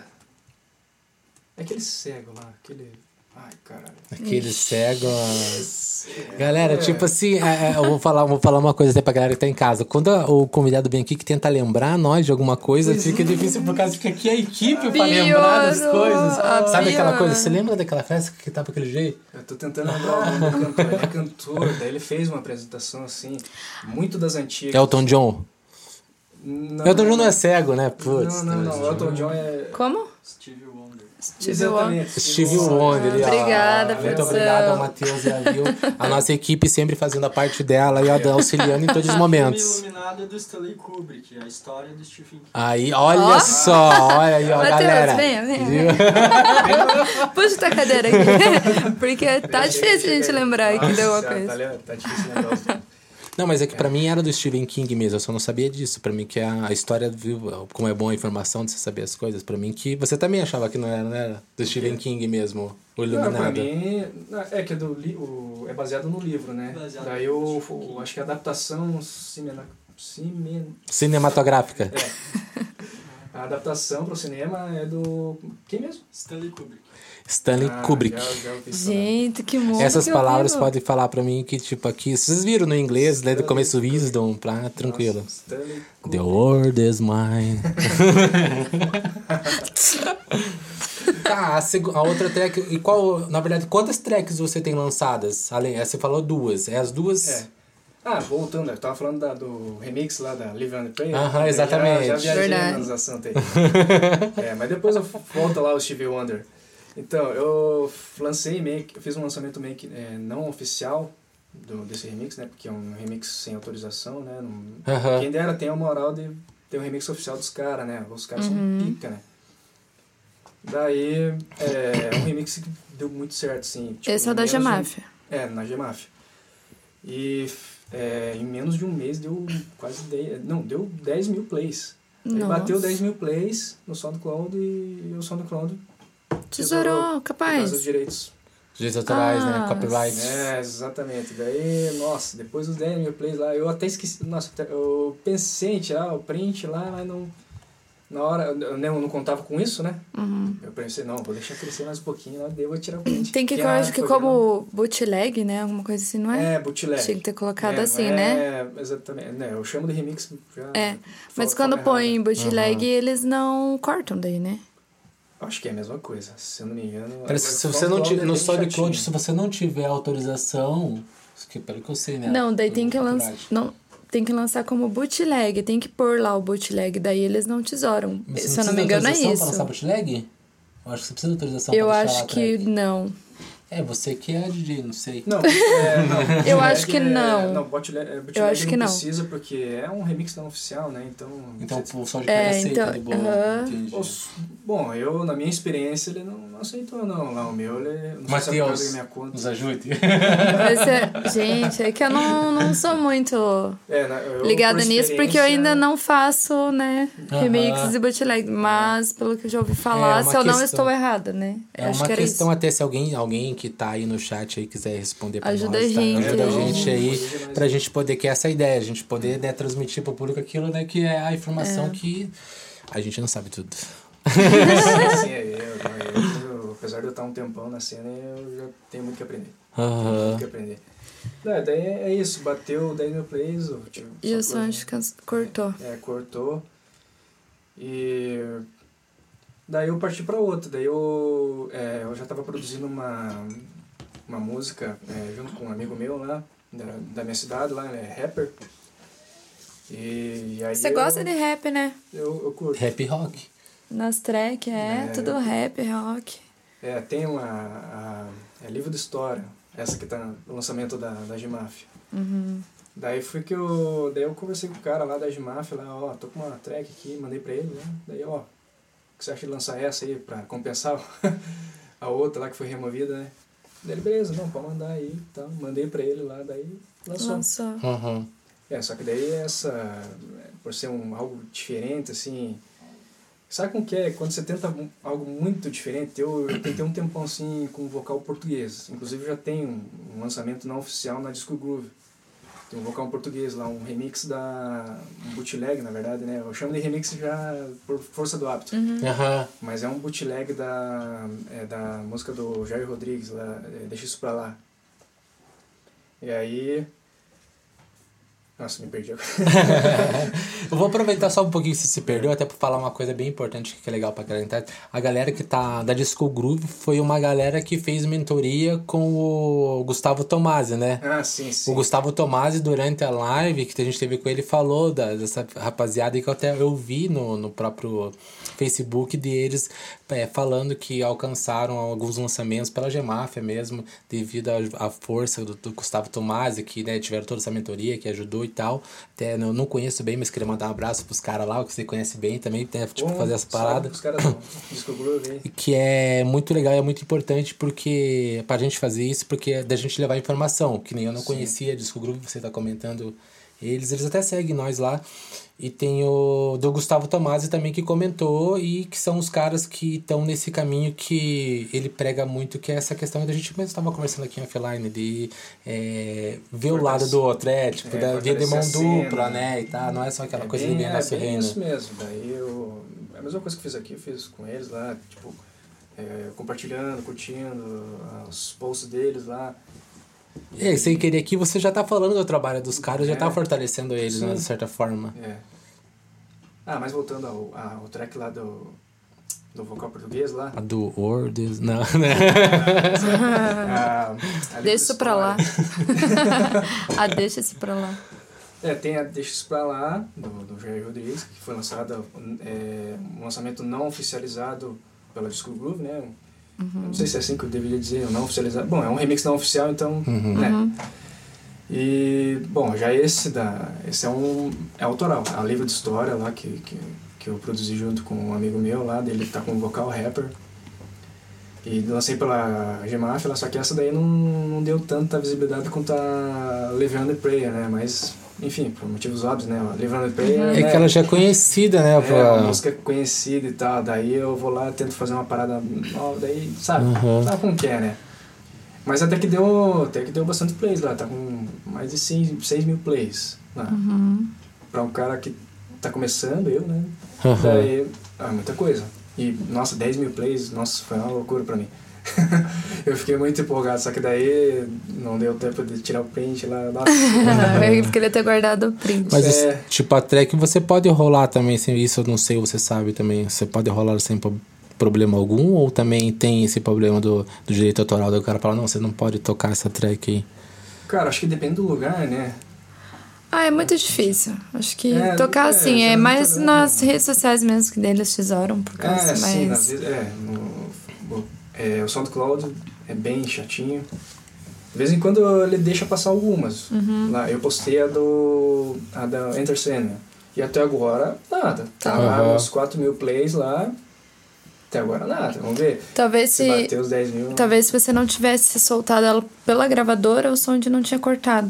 É aquele cego lá, aquele... Ai, caralho. Aquele cego. Galera, é. tipo assim, é, é, eu vou falar, vou falar uma coisa até pra galera que tá em casa. Quando a, o convidado vem aqui que tenta lembrar nós de alguma coisa, pois fica é. difícil por causa que aqui é a equipe pra lembrar das coisas. Ah, Sabe pior. aquela coisa? Você lembra daquela festa que tava aquele jeito? Eu tô tentando lembrar o nome do cantor. Ele é cantor, daí ele fez uma apresentação assim, muito das antigas. Elton John. Não, Elton John não é cego, né? Putz, não, não, não. não. Elton John é. Como? Stevie Wonder. Stevie Wonder. Stevie Wonder. Ah, obrigada, ah, Muito obrigado ao Matheus e a Vil. A nossa equipe sempre fazendo a parte dela e a auxiliando em todos os momentos. O filme Iluminado é do Stanley Kubrick, a história do Stephen King. Aí, olha oh. só, olha aí, ó, Mateus, galera. venha, venha. Puxa tua cadeira aqui. Porque tá difícil a gente lembrar que deu uma coisa. Tá difícil lembrar os nomes. Não, mas é que é. pra mim era do Stephen King mesmo, eu só não sabia disso. Pra mim que a história, viu, como é bom a informação de você saber as coisas, pra mim que... Você também achava que não era, não era do Stephen é. King mesmo, o Iluminado? Não, pra mim... É que é, do, o, é baseado no livro, né? Baseado Daí eu, eu acho que a adaptação cinema, cine... cinematográfica. É. A adaptação pro cinema é do... Quem mesmo? Stanley Kubrick. Stanley ah, Kubrick. Já, já Gente, que mundo. Essas que palavras horrível. podem falar pra mim que, tipo, aqui... Vocês viram no inglês, né? Do começo, wisdom, pra tranquilo. Nossa, The world is mine. Tá, a, seg- a outra track... E qual... Na verdade, quantas tracks você tem lançadas? Além, você falou duas. É as duas... É. Ah, voltando, eu tava falando da, do remix lá da Live on the Prayer. Aham, exatamente. Já, já viajei Verdade. nas assuntos aí. É, mas depois eu volto lá o Stevie Wonder. Então, eu lancei meio que, eu fiz um lançamento meio que é, não oficial do, desse remix, né? Porque é um remix sem autorização, né? Não, Uhum. Quem dera tem a moral de ter um remix oficial dos caras, né? Os caras Uhum. são pica, né? Daí, é um remix que deu muito certo, assim. Tipo, Esse é o da G-Mafia. Um, é, na G-Mafia. E é, em menos de um mês deu quase dez, não, deu dez mil plays. Ele Nossa. bateu dez mil plays no SoundCloud e o SoundCloud Tesourou, capaz. por causa dos direitos. Direitos autorais, Ah, né? Copyright. É, exatamente. Daí, nossa, depois dos dez mil plays lá, eu até esqueci, nossa, eu pensei em tirar o print lá, mas não... Na hora, eu não, não contava com isso, né? Uhum. Eu pensei, não, vou deixar crescer mais um pouquinho, lá, daí eu vou tirar o print. Tem que, que eu acho que como bootleg, né? Alguma coisa assim, não é? É, bootleg. Tinha que ter colocado é, assim, é, né? É, exatamente. Né, eu chamo de remix já... É, mas fala, quando fala põe errado. bootleg, Uhum. eles não cortam daí, né? Acho que é a mesma coisa, se eu não me engano. Parece que se você não tiver, no SoundCloud, se você não tiver autorização, que pelo que eu sei, né? Não, daí tem que lançar, não, tem que lançar como bootleg, tem que pôr lá o bootleg, daí eles não tesouram. Se eu não me engano é isso. Você precisa de autorização para lançar bootleg? Eu acho que você precisa de autorização eu para deixar acho que não. É, você que é D J, não sei. Não, é, não eu acho que é, não. Não, bootleg, bootleg eu acho que não não precisa, porque é um remix não oficial, né? Então, então você... o SoundCloud é, aceita então, de boa. Uh-huh. Os, bom, eu, na minha experiência, ele não, não aceitou, não. Lá o meu, ele... Não Mateus, sei se é minha conta. nos ajude. Mas é, gente, é que eu não, não sou muito é, né, eu, ligada nisso, porque eu ainda experiência- não faço, né, Aham. remixes e bootleg. Mas, pelo que eu já ouvi falar, É uma se eu não questão- estou errada, né? É Acho uma que era questão isso. até se alguém, alguém que tá aí no chat aí quiser responder pra Ajuda nós, a tá? gente, Ajuda a né? gente aí, Ajuda nós. pra gente poder, que é essa ideia, a gente poder, né, transmitir pro público aquilo, né, que é a informação É. que a gente não sabe tudo. Sim, sim, é, eu, eu, eu, apesar de eu estar um tempão na cena, eu já tenho muito que aprender. Tenho Aham. muito que aprender. Não, daí é isso, bateu dez mil plays. Eu, tipo, E o só som coisa- acho que cortou. É, cortou. E daí eu parti pra outra. Daí eu, é, eu já tava produzindo uma, uma música é, junto com um amigo meu lá, da, da minha cidade, lá, ele é rapper. E, aí Você eu, gosta de rap, né? Eu, eu curto. Rap rock. Nas tracks, é, É. tudo rap, rock. É, tem uma... A, é livro de história, essa que tá no lançamento da, da Gimaf. Uhum. Daí foi que eu... Daí eu conversei com o cara lá da Gimaf, lá, ó, tô com uma track aqui, mandei pra ele, né? Daí, ó, o que você acha de lançar essa aí pra compensar a outra lá que foi removida, né? Daí ele, beleza, não, pode mandar aí e tal. Mandei pra ele lá, daí lançou. Lançou. Uhum. É, só que daí essa... Por ser um, algo diferente, assim... Sabe como que é? Quando você tenta mu- algo muito diferente, eu, eu tentei um tempão assim com vocal português. Inclusive já tem um, um lançamento não oficial na Disco Groove. Tem um vocal português lá, um remix da... um bootleg, na verdade, né? Eu chamo de remix já por força do hábito. Aham. Mas é um bootleg da, é, da música do Jair Rodrigues, lá, é, Deixa Isso Pra Lá. E aí... Nossa, me perdi agora. Eu vou aproveitar só um pouquinho que você se perdeu, até pra falar uma coisa bem importante que é legal pra galera. A galera que tá da Disco Groove foi uma galera que fez mentoria com o Gustavo Tomasi, né? Ah, sim, sim. O Gustavo Tomasi, durante a live que a gente teve com ele, falou da, dessa rapaziada, e que eu até eu vi no, no próprio Facebook deles é, falando que alcançaram alguns lançamentos pela Gemáfia mesmo, devido à força do, do Gustavo Tomasi, que, né, tiveram toda essa mentoria, que ajudou e tal. Até eu não conheço bem, mas queria mandar um abraço pros caras lá, que você conhece bem também, né, tipo, Bom, fazer essa salve parada. pros caras do Disco Groove aí. Que é muito legal e é muito importante porque pra gente fazer isso, porque é da gente levar informação, que nem eu não Sim. conhecia Disco Groove, você tá comentando eles, eles até seguem nós lá. E tem o do Gustavo Tomasi também que comentou, e que são os caras que estão nesse caminho que ele prega muito, que é essa questão da gente mesmo estava conversando aqui offline, de é, ver o lado do outro, é, tipo, É, da via de mão fortalecer a dupla, cena. né, e tá, não é só aquela É coisa bem, de ganhar é nosso bem reino. isso mesmo. Daí eu... A mesma coisa que eu fiz aqui, eu fiz com eles lá, tipo, é, compartilhando, curtindo os posts deles lá. E sem querer aqui, você já tá falando do trabalho dos caras, já É. tá fortalecendo eles, Sim. né, de certa forma. É. Ah, mas voltando ao, ao track lá do, do vocal português lá. A do Words, não, né? a, a Deixa isso pra lá. ah, deixa isso pra lá. É, tem a Deixa Isso Pra Lá, do, do Jair Rodrigues, que foi lançada, é, um lançamento não oficializado pela Disco Groove, né? Uhum. Não sei se é assim que eu deveria dizer, não oficializado. Bom, é um remix não oficial, então, Uhum. né? Uhum. E, bom, já esse, da, esse é um é autoral, é um livro de história lá que, que, que eu produzi junto com um amigo meu lá, dele que tá com um vocal rapper. E lancei pela Gemáfia, só que essa daí não, não deu tanta visibilidade quanto a Live on the Prayer, né? Mas, enfim, por motivos óbvios, né? Live on the Prayer... É que ela já é conhecida, né? É, pra- uma música conhecida e tal, daí eu vou lá, tento fazer uma parada nova, daí, sabe? Uhum. Sabe como que é, né? Mas até que deu, até que deu bastante plays lá, tá com mais de seis mil plays lá. Uhum. Pra um cara que tá começando, eu, né? Uhum. Daí, ah, muita coisa. E, nossa, dez mil plays, nossa, foi uma loucura pra mim. Eu fiquei muito empolgado, só que daí não deu tempo de tirar o print lá. Nossa. Eu queria ter guardado o print. Mas, É. esse, tipo, a track você pode rolar também, sem isso eu não sei, você sabe também. Você pode rolar sem, pro- problema algum? Ou também tem esse problema do, do direito autoral, do cara falar, não, você não pode tocar essa track aí? Cara, acho que depende do lugar, né? Ah, é muito difícil. Acho que É, tocar é, assim, é já mais não- nas redes sociais mesmo que eles fizeram, por É, causa sim, mais... às vezes, é, no, é, o SoundCloud é bem chatinho. De vez em quando ele deixa passar algumas. Uhum. Lá, eu postei a do a da Enter Sandman. E até agora, nada. Tá lá Uhum. uns quatro mil plays lá. Até agora nada. Vamos ver. Talvez Se se, bater os dez mil. talvez se você não tivesse soltado ela pela gravadora, o som não tinha cortado.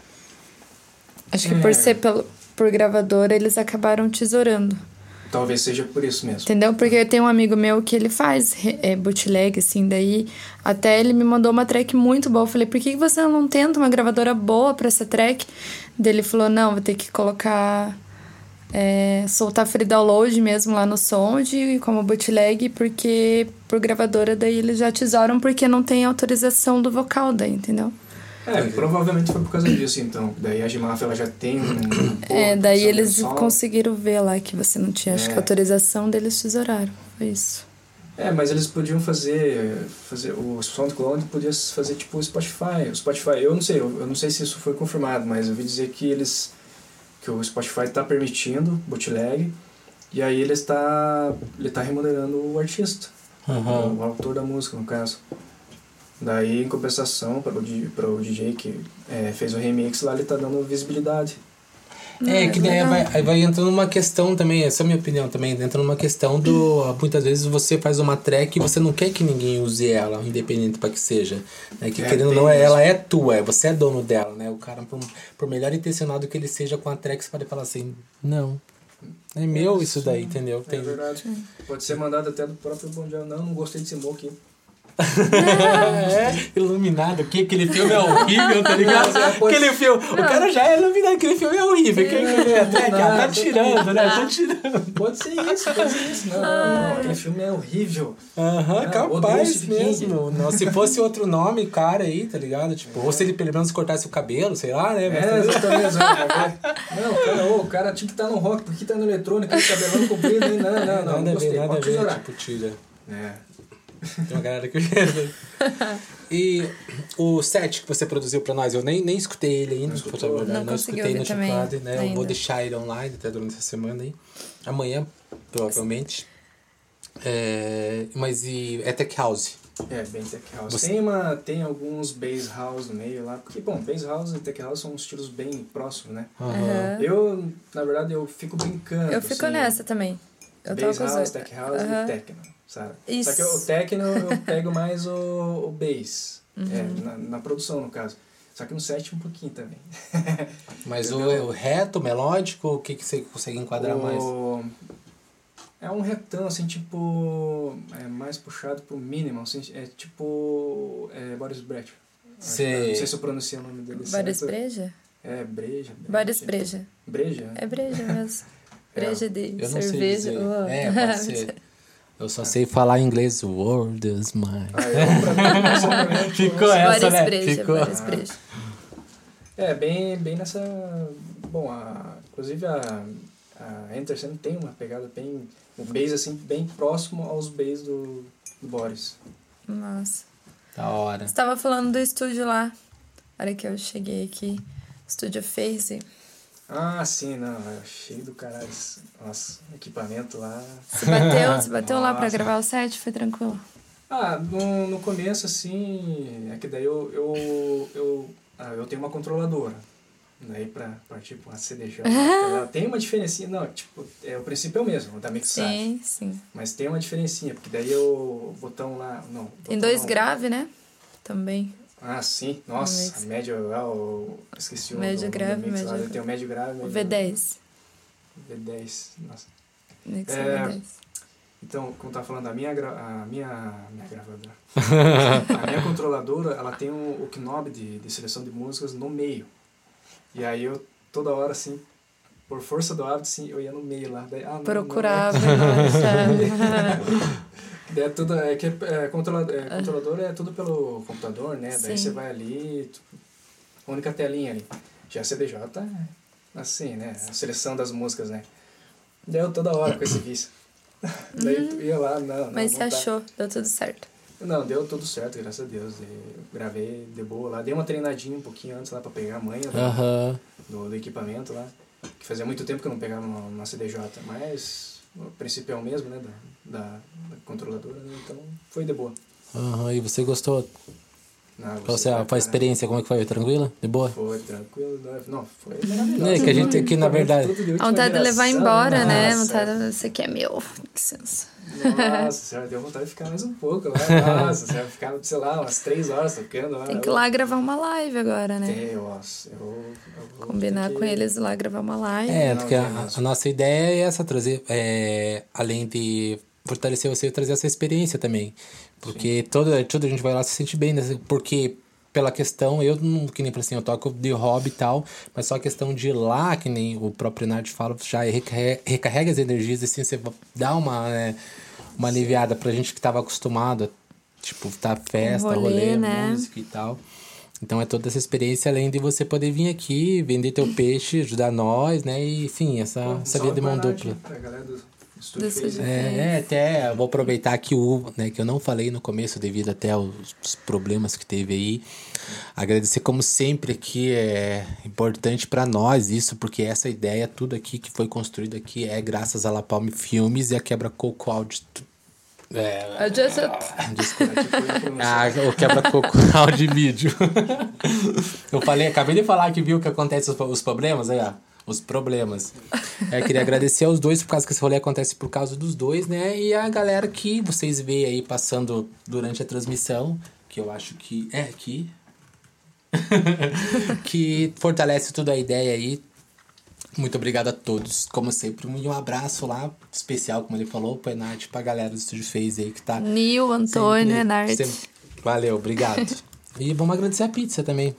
Acho que É. por ser pelo, por gravadora, eles acabaram tesourando. Talvez seja por isso mesmo. Entendeu? Porque tem um amigo meu que ele faz é, bootleg, assim, daí até ele me mandou uma track muito boa. Eu falei, por que você não tenta uma gravadora boa pra essa track? Daí ele falou, não, vou ter que colocar... É, soltar free download mesmo lá no Sound como bootleg, porque por gravadora daí eles já tesouram porque não tem autorização do vocal daí, entendeu? É, provavelmente foi por causa disso, então. Daí a Gimaf, ela já tem um... um É, daí boa eles som. conseguiram ver lá que você não tinha, acho É. que autorização deles tesouraram, foi isso. É, mas eles podiam fazer, fazer o SoundCloud podia fazer tipo o Spotify. O Spotify, eu não sei, eu, eu não sei se isso foi confirmado, mas eu ouvi dizer que eles que o Spotify está permitindo bootleg e aí ele está ele está remunerando o artista, Uhum. o autor da música no caso. Daí em compensação para o para o D J que é, fez o remix lá ele está dando visibilidade. É, Não, que daí legal. vai, aí vai entrando numa questão também, essa é a minha opinião também, entra numa questão do... Muitas vezes você faz uma track e você não quer que ninguém use ela, independente pra que seja. Né? Que É, querendo ou tem não, isso. ela é tua, você é dono dela, né? O cara, por, por melhor intencionado que ele seja com a track, você pode falar assim, não, é meu isso daí, entendeu? É Tem... verdade. Pode ser mandado até do próprio Bon Jovi. Não, não gostei desse mo aqui. É, iluminado, que aquele filme é horrível, tá ligado? Não, é, pode- Aquele filme, o cara já é iluminado, aquele filme é horrível. Que, que, até, não, cara, tá não, tirando, né? Tá tirando. Pode ser isso, pode ser isso. Não, não, não, aquele filme é horrível. Aham, Ah, capaz odeio Stephen King. mesmo. Não, se fosse outro nome, cara aí, tá ligado? Tipo, ou se ele pelo menos cortasse o cabelo, sei lá, né? Mas- É, exatamente. exatamente. Não, o cara, ô, o cara tinha que estar no rock, por que tá no eletrônico, aquele cabelão comprido, hein? Não, não, não, nada não a ver, gostei, nada a pode ver, tesourar. tipo, tira. É. Tem uma galera que... E o set que você produziu pra nós, eu nem, nem escutei ele ainda, escutou? pra falar a verdade, Não não consegui escutei no ouvir também teclado, né? Eu vou ainda. deixar ele online até durante essa semana aí. Amanhã, provavelmente. É, mas e é tech house? É, bem tech house. Você- Tem, uma, tem alguns bass house no meio lá, porque, bom, bass house e tech house são estilos bem próximos, né? Aham. Eu, na verdade, eu fico brincando. Eu fico assim, nessa também. Eu Bass tava com house, os- tech house Aham. e techno, sabe? Isso. Só que o techno eu pego mais o, o bass, Uhum. é, na, na produção no caso. Só que no set um pouquinho também. Mas o, Entendeu? o reto, melódico, o que, que você consegue enquadrar mais? O- É um retão, assim, tipo... É mais puxado pro minimal, assim, é tipo... É Boris Brejcha. Sei. Não sei se eu pronunciei o nome dele Boris certo. Breja? É, Breja. Boris Breja. Breja? É breja mesmo. Breja de Eu não sei cerveja. dizer. Oh. É, pode ser. Eu só sei falar em inglês. World is mine. Ah, eu, pra mim, essa pra mim, Ficou essa- essa, Boris né? Breja, Ficou. Boris Breja. É, bem, bem nessa... Bom, a, inclusive a, a Enter Sandman tem uma pegada bem... O bass, assim, bem próximo aos bass do, do Boris. Nossa. Da hora. Você tava falando do estúdio lá. A hora que eu cheguei aqui. Estúdio Phase. Ah, sim, não, é cheio do caralho. esse- Nossa, equipamento lá... Você bateu, você bateu lá pra Nossa. gravar o set? Foi tranquilo? Ah, no, no começo, assim, é que daí eu, eu, eu, ah, eu tenho uma controladora. Daí pra partir pra uma C D J. Ela tem uma diferencinha, não, tipo, é, o princípio é o mesmo, o da mixagem. Sim, sim. Mas tem uma diferencinha, porque daí o botão lá, não. Tem botão dois não. graves, né? Também. Ah, sim, nossa, mix. médio, ah, o, esqueci o Médio nome do grave, mix lá, médio tem o médio grave. O médio- V dez. V dez, nossa. Mix É. V dez. Então, como tá falando, a minha, gra- a minha, minha gravadora, a minha controladora, ela tem o, o knob de, de seleção de músicas no meio. E aí eu, toda hora, assim, por força do hábito, assim, eu ia no meio lá. Daí, ah, não, Procurava. Não, nossa. daí é tudo, é que é, controlador, é, controlador é tudo pelo computador, né? Daí Sim. você vai ali, tipo, única telinha ali. Já C D J é assim, né? A seleção das músicas, né? Daí eu toda hora com esse vício. Daí tu ia lá, não, não. Mas não você tá. achou, deu tudo certo. Não, deu tudo certo, graças a Deus. Eu gravei de boa lá. Dei uma treinadinha um pouquinho antes lá pra pegar a manha do, Aham. do, do equipamento lá. Que fazia muito tempo que eu não pegava uma, uma C D J. Mas o princípio é o mesmo, né? Da, da, da controladora, né? Então foi de boa. Aham. E você gostou? Não, Qual você, a, a experiência, como é que foi? Tranquila? De boa? Foi tranquilo. Não, foi maravilhoso. É, que a gente aqui, na verdade... A vontade de levar embora, né? Nossa. Vontade, você quer meu. Licença. Nossa senhora, deu vontade de ficar mais um pouco lá. Nossa senhora, ficar, sei lá, umas três horas tocando lá. Tem que ir lá gravar uma live agora, né? Tem, nossa. Eu, eu vou Combinar ter que- com eles lá gravar uma live. É, Não, porque a, tem mesmo. a nossa ideia é essa, trazer, é, além de fortalecer você, trazer essa experiência também. Porque todo, todo a gente vai lá se sente bem, né? Porque pela questão, eu não, que nem assim, eu toco de hobby e tal, mas só a questão de ir lá, que nem o próprio Nard fala, já recarrega, recarrega as energias, assim, você dá uma, né, uma aliviada pra gente que tava acostumado a, tipo, tá festa, Um rolê, rolê, né? música e tal. Então é toda essa experiência, além de você poder vir aqui, vender teu peixe, ajudar nós, né? E, enfim, essa, Pô, essa salve via de mão pra Nath, dupla. pra galera do estúdio Do fez, estúdio. né? É, é, até eu vou aproveitar aqui o, né, que eu não falei no começo devido até aos os problemas que teve aí. Agradecer como sempre aqui, é importante para nós isso, porque essa ideia, tudo aqui que foi construído aqui é graças a La Palme Filmes e a Quebra Coco Áudio. É, Eu just... desculpa. Tipo, eu pronunciei. Ah, o quebra-coco áudio e vídeo. Eu falei, acabei de falar que viu que acontece os, os problemas, aí, ó. Os problemas. É, queria agradecer aos dois, por causa que esse rolê acontece por causa dos dois, né? E a galera que vocês veem aí passando durante a transmissão, que eu acho que é aqui. Que fortalece toda a ideia aí. Muito obrigado a todos, como sempre. Um abraço lá, especial, como ele falou, pro Enarte, pra galera do Estúdio Fez aí que tá. Nil, Antônio, sempre- Enarte. sempre- Valeu, obrigado. E vamos agradecer a pizza também.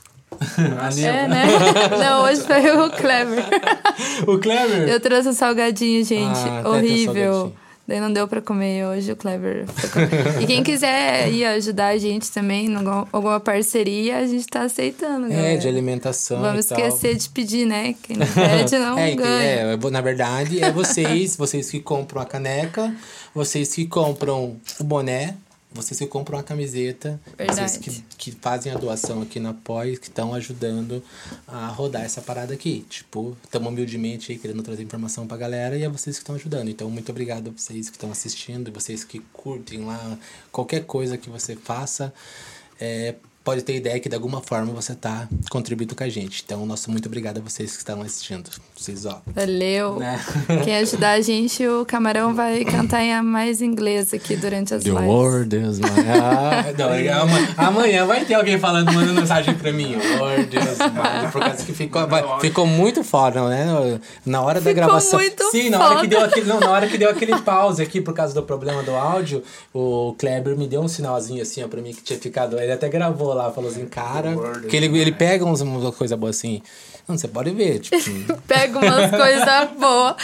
É, né? Não, hoje foi o Clever. O Clever? Eu trouxe o salgadinho, gente. Ah, até tem Horrível. salgadinho. Daí não deu pra comer hoje, o Clever foi comer. E quem quiser ir ajudar a gente também, em algum- alguma parceria, a gente tá aceitando, galera. É, de alimentação Vamos e tal. esquecer de pedir, né? Quem não pede não é, que- ganha. é, eu vou- na verdade, é vocês, vocês que compram a caneca, vocês que compram o boné, vocês que compram a camiseta, Verdade. vocês que, que fazem a doação aqui na Apoio, que estão ajudando a rodar essa parada aqui. Tipo, estamos humildemente aí querendo trazer informação pra galera e é vocês que estão ajudando. Então, muito obrigado a vocês que estão assistindo, vocês que curtem lá, qualquer coisa que você faça, é, pode ter ideia que de alguma forma você tá contribuindo com a gente. Então, nosso muito obrigado a vocês que estão assistindo. Vocês, ó, Valeu. né? Quem ajudar a gente, o Camarão vai cantar em mais inglês aqui durante as The lives. word is my... Ah, não, é ama- amanhã vai ter alguém falando, mandando mensagem pra mim. Word is my... Por causa que ficou, vai- ficou muito foda, né? Na hora da Ficou gravação. muito Sim, na hora foda. que deu aquele, não, na hora que deu aquele pause aqui por causa do problema do áudio, o Kleber me deu um sinalzinho assim, ó, pra mim que tinha ficado. Ele até gravou lá, falou assim, cara, word que ele, ele pega uns, uma coisa boa assim. Não, você pode ver, tipo. Pega umas coisas boas.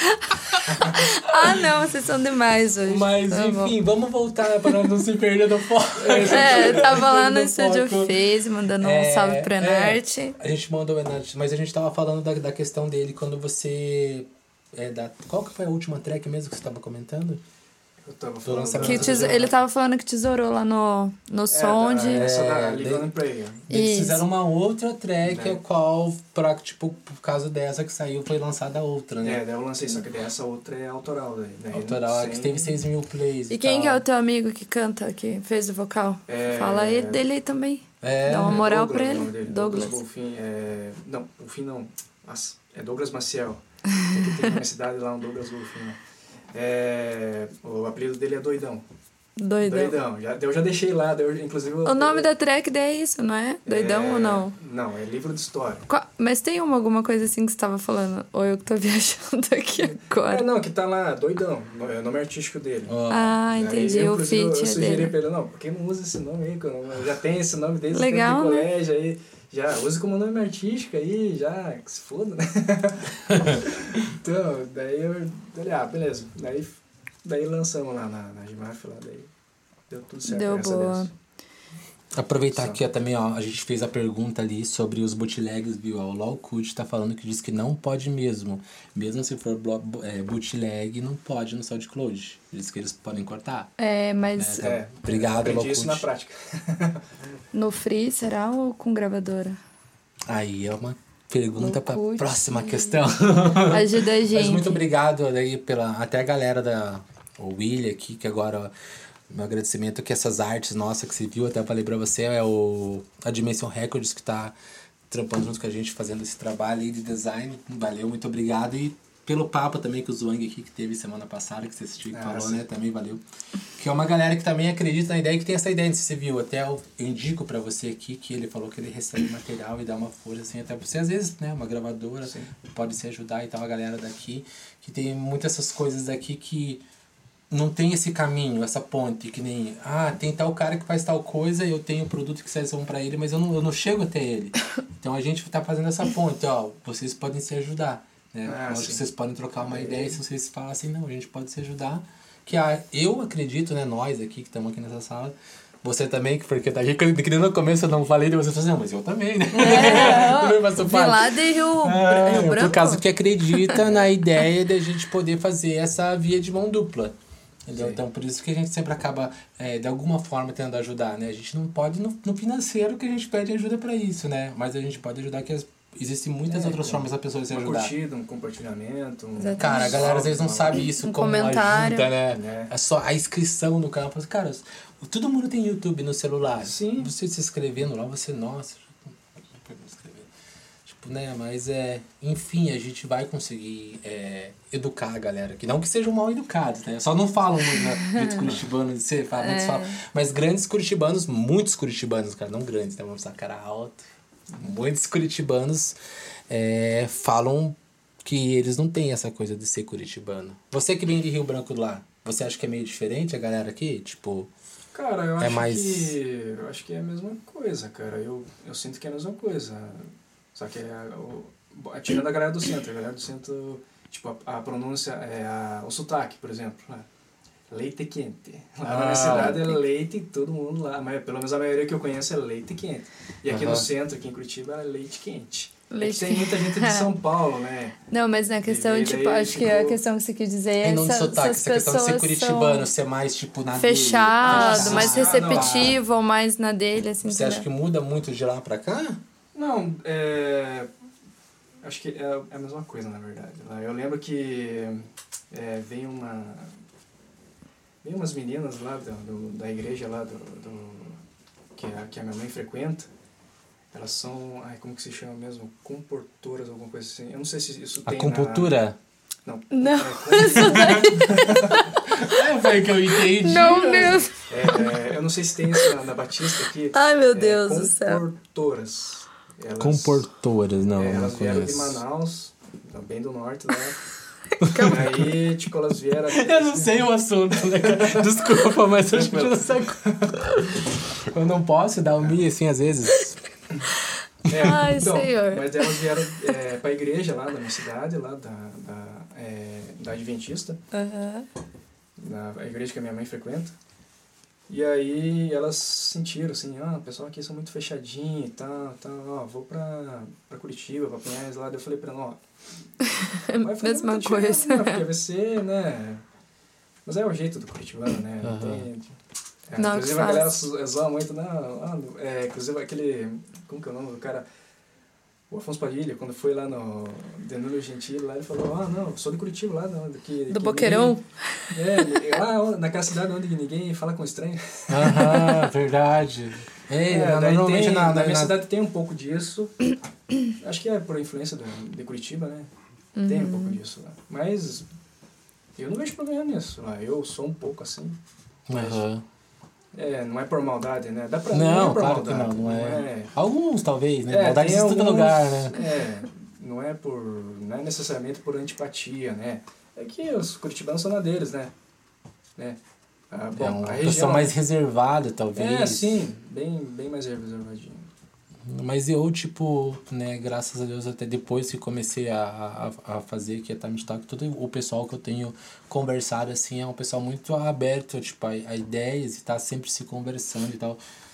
Ah, não, vocês são demais hoje. Mas Tá bom. enfim, vamos voltar para não se perder do foco. É, tava lá no Do estúdio foco. Fez, mandando um É, salve pro Enarte. é, a gente mandou o Enarte, mas a gente tava falando da, da questão dele quando você. É, da, qual que foi a última track mesmo que você tava comentando? Eu tava Do falando lançamento Que da- teso- ele tava falando que tesourou lá no, no som da- de... Essa da É, Live daí- and Pray. Eles Isso. fizeram uma outra track, É. a qual, pra, tipo, por causa dessa que saiu, foi lançada outra, É, né? daí eu lancei, só que daí essa outra é autoral. Daí, daí Autoral, sem- que teve seis mil plays. E quem tal. que é o teu amigo que canta, que fez o vocal? É, Fala aí dele aí também. É, Dá uma É moral Douglas, pra o ele. nome dele. Douglas. Golfin, é... Não, Golfin não. Mas- É Douglas Maciel. Tem que ter na cidade lá um Douglas Golfin. Né? É... O apelido dele é Doidão. Doidão. Doidão. Já, eu já deixei lá, daí eu, inclusive... eu- O nome da track daí é isso, não é? Doidão é... ou não? Não, é livro de história. Qual- Mas tem uma, alguma coisa assim que você tava falando? Ou eu que tô viajando aqui É, agora? não, que tá lá, Doidão. É o nome artístico dele. Ó, Ah, Daí, entendi. eu, O inclusive, eu, feat eu é sugeri dele. pra ele, não, por que não usa esse nome aí? que eu não- eu já tenho esse nome desde o tempo Legal, de né? colégio aí. Já usa como nome artístico aí, já, que se foda, né? Então, daí eu falei, ah, beleza. Daí, daí lançamos lá na, na Gimaf, lá, daí deu tudo certo. Deu graças a boa. Deus. Aproveitar que também, ó, a gente fez a pergunta ali sobre os bootlegs, viu? O Lawcut tá falando que diz que não pode mesmo. Mesmo se for blo- é, bootleg, não pode no SoundCloud. Diz que eles podem cortar. É, mas É, tá. É, Obrigado, aprendi Lawcut. isso na prática. no Free será ou com gravadora? Aí é uma pergunta pra Lawcut. próxima questão. Ajuda a gente. Mas muito obrigado aí pela, até a galera da o William aqui, que agora meu agradecimento que essas artes nossas que você viu, até eu falei pra você, é o a Dimension Records que tá trampando junto com a gente, fazendo esse trabalho aí de design. Valeu, muito obrigado. E pelo papo também que o Zwang aqui, que teve semana passada, que você assistiu e Ah, falou, sim. né? Também valeu. Que é uma galera que também acredita na ideia, que tem essa ideia, não sei se você viu. Até eu, eu indico pra você aqui que ele falou que ele recebe material e dá uma força, assim, até pra você, às vezes, né? Uma gravadora Sim. pode se ajudar e tal, a galera daqui, que tem muitas essas coisas daqui que não tem esse caminho, essa ponte, que nem, ah, tem tal cara que faz tal coisa, eu tenho um produto que vocês vão pra ele, mas eu não, eu não chego até ele. Então a gente tá fazendo essa ponte, ó, vocês podem se ajudar, né? Ah, Lógico que sim. vocês podem trocar uma ideia, se vocês falam assim, não, a gente pode se ajudar, que a, eu acredito, né, nós aqui que estamos aqui nessa sala, você também, porque tá aqui, que no começo eu não falei, e você falou assim, não, mas eu também, né? É, Também faço vi parte. lá de Rio, Ah, Rio Branco. por causa que acredita na ideia de a gente poder fazer essa via de mão dupla. Entendeu? Sim. Então, por isso que a gente sempre acaba, é, de alguma forma, tentando ajudar, né? A gente não pode, no, no financeiro, que a gente pede ajuda para isso, né? Mas a gente pode ajudar que as, existem muitas É, outras com formas da pessoa se Uma ajudar. curtida, um compartilhamento. Um... Exatamente. Cara, a galera às vezes não sabe isso Um como comentário. ajuda, né? É. É só a inscrição no canal. Fala assim, cara, todo mundo tem YouTube no celular. Sim. Você se inscrevendo lá, você, nossa, já tô me inscrever. Tipo, né, mas é, enfim, a gente vai conseguir é, educar a galera, que não que sejam mal educados, né, só não falam muito, né, jeito curitibano, você fala, muitos falam, mas grandes curitibanos, muitos curitibanos, cara, não grandes, né, vamos usar cara alto, muitos curitibanos é, falam que eles não têm essa coisa de ser curitibano. Você que vem de Rio Branco lá, você acha que é meio diferente a galera aqui, tipo... Cara, eu É acho mais- que. Eu acho que é a mesma coisa, cara. Eu, eu sinto que é a mesma coisa. Só que é. O, tirando a galera do centro, a galera do centro, tipo, a, a pronúncia, é a, o sotaque, por exemplo. Né? Leite quente. Lá na minha Ah, cidade é leite e todo mundo lá. Mas pelo menos a maioria que eu conheço é leite quente. E aqui Aham. no centro, aqui em Curitiba, é leite quente. Leite é que tem muita gente de São Paulo, né? Não, mas na questão, daí tipo, acho que ficou- a questão que você quis dizer é É não de essa, sotaque, essas essa questão de ser pessoas curitibano, são ser mais, tipo, na fechado, dele. mais Fechado. receptivo, ou mais na dele, assim, Você acha que entendeu? muda muito de lá pra cá? Não, é... Acho que é é a mesma coisa, na verdade. Lá eu lembro que é, veio uma... Veio umas meninas lá do, do- da igreja lá do... do que, a, que a minha mãe frequenta. Elas são... Ai, como que se chama mesmo? Comportoras, alguma coisa assim. Eu não sei se isso A tem compultura? na... Não. Não, É, isso daí... É, foi que eu entendi. Não, Deus. é, eu não sei se tem isso na, na Batista aqui. Ai, meu É, Deus do céu. Comportoras. Elas- Comportoras, não, É, não elas vieram de conheço. Manaus, bem do norte lá. E aí, tipo, elas vieram... Eu não sei o assunto, né, cara? Desculpa, mas acho que eu não sei. Eu não posso dar um mi assim, às vezes. É, Ai, então, senhor. mas elas vieram é, pra igreja lá da minha cidade, lá da, da, é, da Adventista, Aham. na a igreja que a minha mãe frequenta. E aí elas sentiram assim, ah, o pessoal aqui são muito fechadinho e tal, tal, ó, vou pra, pra Curitiba, pra Pinhais lá. Daí eu falei pra ela, ó, vai fazer Mesma muita coisa. diferença, né? Porque vai ser, né? Mas é o jeito do curitibano, né? Não Aham. tem... É, Não, inclusive que a galera faz. zo- zoa muito, não, ah, é, inclusive aquele, como que é o nome do cara? O Afonso Padilha, quando foi lá no Danilo Gentili, lá ele falou, ah, não, sou de Curitiba lá, não, que, Do que Boqueirão? ninguém- É, lá onde- naquela cidade onde ninguém fala com estranho. Aham, verdade. É, É, daí normalmente tem, na, na na, minha na- cidade tem um pouco disso, acho que é por influência do, de Curitiba, né? Tem um pouco disso lá, mas eu não vejo problema nisso lá, eu sou um pouco assim. Aham. É, não é por maldade, né? Dá pra, Não, é por claro que maldade, não, não é. é. Alguns, talvez, né? É, Maldade tem em todo alguns- lugar, né? É, não é por, não é necessariamente por antipatia, né? É que os curitibanos são na deles, né? né? Ah, bom, É uma a pessoa região mais reservada, talvez. É, sim, bem, bem mais reservadinho. Mas eu, tipo, né, graças a Deus, até depois que comecei a, a, a fazer aqui a Time Talk, todo o pessoal que eu tenho conversado, assim, é um pessoal muito aberto, tipo, a, a ideias e tá sempre se conversando e tal.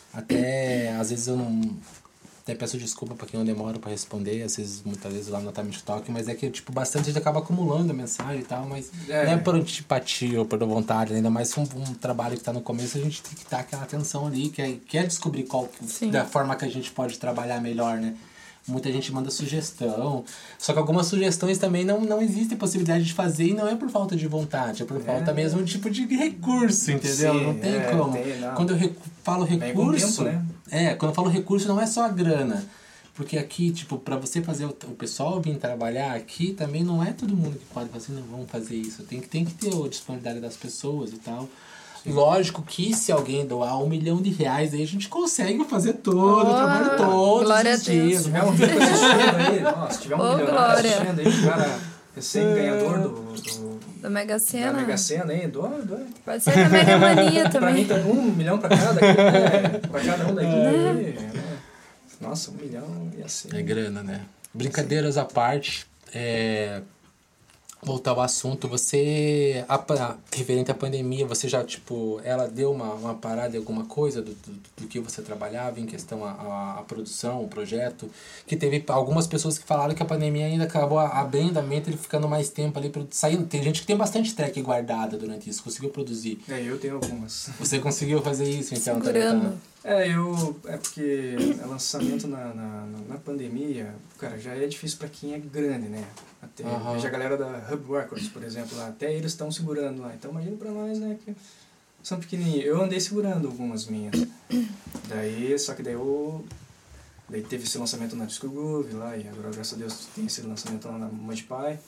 Até, às vezes eu não... Até peço desculpa pra quem eu demoro pra responder, às vezes, muitas vezes lá no Time to Talk, mas é que, tipo, bastante gente acaba acumulando a mensagem e tal, mas é. não é por antipatia ou por vontade, ainda mais um, um trabalho que tá no começo, a gente tem que dar aquela atenção ali, que é, que é descobrir qual, da forma que a gente pode trabalhar melhor, né? Muita gente manda sugestão, só que algumas sugestões também não, não existe possibilidade de fazer e não é por falta de vontade, é por é. falta mesmo de tipo de recurso, entendeu? Sim, não tem é, como. Tem, não. Quando eu rec- falo recurso, tempo, né? é, quando eu falo recurso não é só a grana, porque aqui, tipo, pra você fazer o, o pessoal vir trabalhar aqui, também não é todo mundo que pode fazer, não, vamos fazer isso, tem que, tem que ter a disponibilidade das pessoas e tal. Lógico que se alguém doar um milhão de reais, aí a gente consegue fazer todo oh, o trabalho todos glória os dias. Se tiver um rico assistindo aí, nossa, se tiver um oh, milionário assistindo aí, o cara recém-ganhador do, do, da Mega Sena. Da Mega Sena aí, doa, doa. Pode ser da Mega Mania também. Pra mim tá um milhão pra cada, né? Pra cada um daqui. É. Né? Nossa, um milhão e assim. É grana, né? Brincadeiras à parte, é... voltar ao assunto, você, a, referente à pandemia, você já, tipo, ela deu uma, uma parada em alguma coisa do, do, do que você trabalhava em questão a, a, a produção, o projeto, que teve algumas pessoas que falaram que a pandemia ainda acabou abrindo a mente, ele ficando mais tempo ali, saindo, tem gente que tem bastante track guardada durante isso, conseguiu produzir. É, eu tenho algumas. Você conseguiu fazer isso, então? Segurando. Tá, É, eu, é porque lançamento na, na, na pandemia, cara, já é difícil pra quem é grande, né? Até, uhum. Veja a galera da Hub Records, por exemplo, lá, até eles estão segurando lá. Então imagina pra nós, né, que são pequenininhos. Eu andei segurando algumas minhas. Daí, só que daí eu... Daí teve esse lançamento na Disco Groove lá, e agora, graças a Deus, tem esse lançamento lá na Mudpie.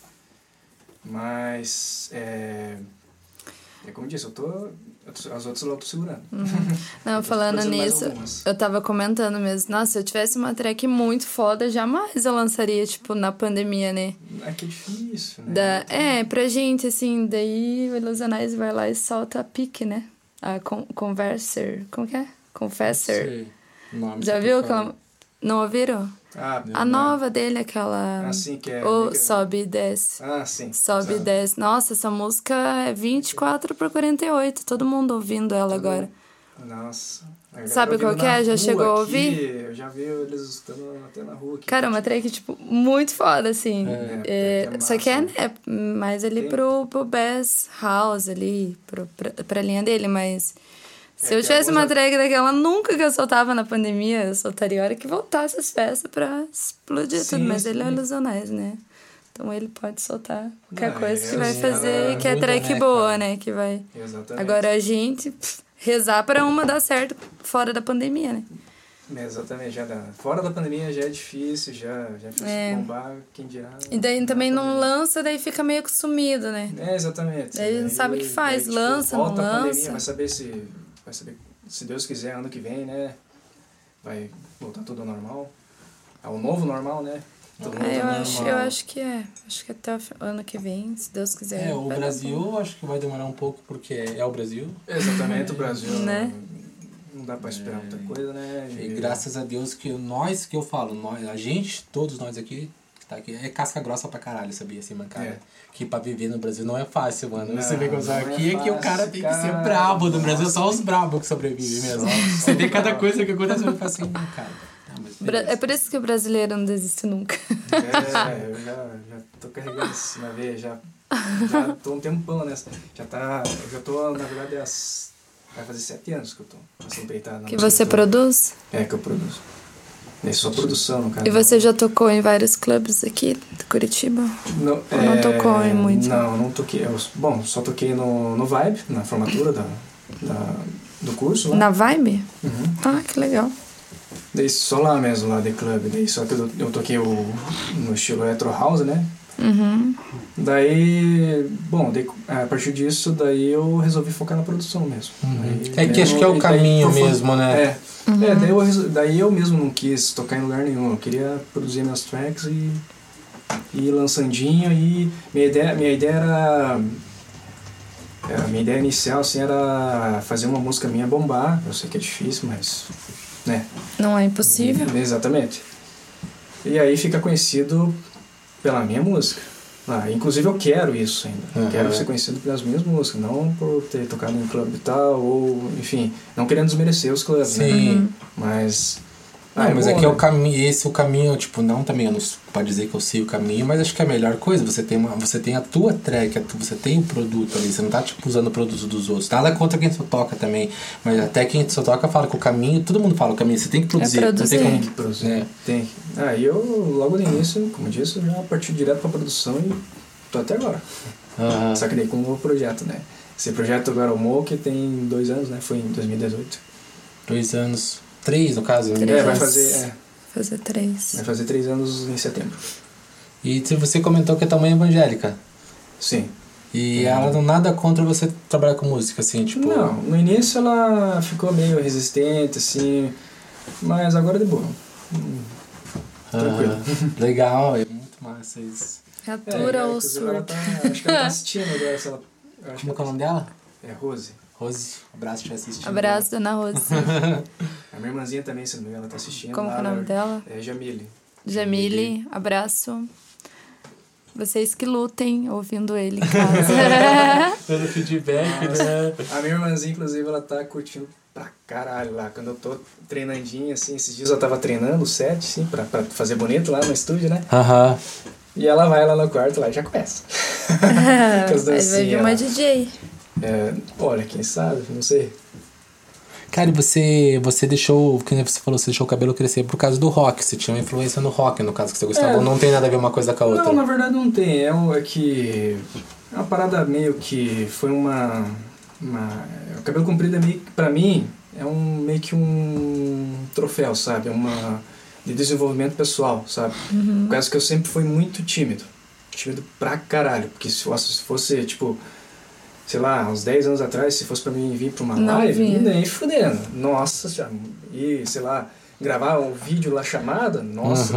Mas, é... É como eu disse, eu tô... As outras eu tô segurando. Uhum. Não, falando nisso, eu tava comentando mesmo. Nossa, se eu tivesse uma track muito foda, jamais eu lançaria, tipo, na pandemia, né? É que é difícil, né? Da, é, pra gente, assim, daí o Ilusionais vai lá e solta a pique, né? A con- Converser, como que é? Confessor. Já viu aquela... Não ouviram? Ah, a nova dele, aquela... Assim que é... O Sobe e Desce. Ah, sim. Sobe e Desce. Nossa, essa música é vinte e quatro por quarenta e oito. Todo mundo ouvindo ela agora. Nossa. Sabe qual que é? Já chegou a ouvir? Aqui, eu já vi eles escutando até na rua aqui. Cara, uma track, tipo, muito foda, assim. É, é, é só que é, né, mais ali pro, pro Bass House ali, pro, pra, pra linha dele, mas... Se é, eu tivesse uma track daquela, nunca que eu soltava na pandemia, eu soltaria a hora que voltasse as festas pra explodir sim, tudo. Mas sim. Ele é Ilusionais, né? Então ele pode soltar qualquer não, coisa é, que vai fazer, que é track né, boa, cara? Né? Que vai... Exatamente. Agora a gente pff, rezar pra uma dar certo fora da pandemia, né? Exatamente, já dá. Fora da pandemia já é difícil, já, já é difícil é. bombar, quem dirá. E daí também não lança, daí fica meio que sumido, né? É, exatamente. Daí não sabe o que faz, daí, lança, tipo, volta não lança. A pandemia, vai saber se... Vai saber, se Deus quiser, ano que vem, né? Vai voltar tudo ao normal. Ao novo normal, né? Todo é, eu, acho, eu acho que é. Acho que até o ano que vem, se Deus quiser. É, o Brasil acho que vai demorar um pouco, porque é o Brasil. Exatamente, o Brasil. Né? Não dá pra esperar é, muita coisa, né? E, e graças a Deus que nós, que eu falo, nós, a gente, todos nós aqui, tá aqui, é casca grossa pra caralho, sabia, assim, mano, cara? É. Que pra viver no Brasil não é fácil, mano. Não, você vê como aqui é, é que o cara tem que ser brabo. No Brasil só os brabos que sobrevivem mesmo. Você vê cada coisa que acontece, você fala assim, cara. Não, é por isso que o brasileiro não desiste nunca. É, eu já, já tô carregando isso na veia, já, já tô um tempão nessa. Já tá, eu já tô, na verdade, as, vai fazer sete anos que eu tô nessa empreitada. Que você produz? É, que eu produzo. É só produção, no caso. E você já tocou em vários clubes aqui de Curitiba? Não, Ou é, não tocou em muito? Não, não toquei. Eu, bom, só toquei no, no Vibe, na formatura da, da, do curso. Lá. Na Vibe? Uhum. Ah, que legal. Daí só lá mesmo, lá de clube. Daí só que eu, eu toquei o, no estilo Electro House, né? Uhum. Daí, bom, daí, a partir disso, daí eu resolvi focar na produção mesmo. Uhum. Daí, é que acho que é o caminho daí, mesmo, né? É, uhum. é daí, eu, daí eu mesmo não quis tocar em lugar nenhum. Eu queria produzir minhas tracks e, e ir lançandinho. E minha ideia, minha ideia era... A minha ideia inicial assim, era fazer uma música minha bombar. Eu sei que é difícil, mas... né? Não é impossível. E, exatamente. E aí fica conhecido... pela minha música. Ah, inclusive eu quero isso ainda. Uhum. Quero ser conhecido pelas minhas músicas, não por ter tocado em clube e tal, ou, enfim, não querendo desmerecer os clubes, né? Sim. Mas... Não, ah, é mas bom, aqui é né? o caminho, esse é o caminho, tipo, não também, eu não pode dizer que eu sei o caminho, mas acho que é a melhor coisa, você tem, uma, você tem a tua track, a tu, você tem o produto ali, você não tá, tipo, usando o produto dos outros, nada contra quem só toca também, mas até quem só toca fala que o caminho, todo mundo fala o caminho, você tem que produzir, É produzir. não tem Tem como... que produzir. É. Tem que. Ah, e eu, logo no início, como eu disse, já parti direto pra produção e tô até agora. Aham. Só que daí com um novo projeto, né? Esse projeto agora, o Mo, que tem dois anos, né? Foi em dois mil e dezoito. Dois anos, três no caso, né? Três. É, vai anos. fazer, é, Fazer três. vai fazer três anos em setembro. E se você comentou que é tua mãe evangélica, Sim. e ela não nada contra você trabalhar com música, assim, tipo... Não, no início ela ficou meio resistente, assim, mas agora de boa. Hum, Tranquilo. Ah, legal, é muito massa isso. Atura é, ou inclusive ela surto? tá, acho que ela tá assistindo agora, se ela, eu acho Como que é o ela nome dela? tá- É Rose. Rose, abraço, te assistindo. Abraço, dona Rose. A minha irmãzinha também, se não me engano, ela tá assistindo. Como que é o lá, nome dela? É Jamile. Jamile, abraço. Vocês que lutem ouvindo ele em casa. Dando feedback, Nossa. né? A minha irmãzinha, inclusive, ela tá curtindo pra caralho lá. Quando eu tô treinandinha, assim, esses dias eu tava treinando o set, assim, pra, pra fazer bonito lá no estúdio, né? Aham. E ela vai lá no quarto lá e já começa. Com as Aí vai dancinhas vir lá. uma D J. É, olha, quem sabe, não sei. Cara, e você, você deixou, que você falou, você deixou o cabelo crescer por causa do rock. Você tinha uma influência no rock, no caso que você gostava. É. Ou não tem nada a ver uma coisa com a outra? Não, na verdade não tem. É, um, é que... É uma parada meio que... Foi uma... uma o cabelo comprido é meio que, pra mim, é um, meio que um troféu, sabe? É uma... de desenvolvimento pessoal, sabe? Uhum. Por causa que eu sempre fui muito tímido. Tímido pra caralho. Porque se fosse, se fosse tipo... sei lá, uns dez anos atrás, se fosse pra mim vir pra uma Não live, vinha. nem fudendo. Nossa, já, e sei lá, gravar um vídeo lá chamada, nossa.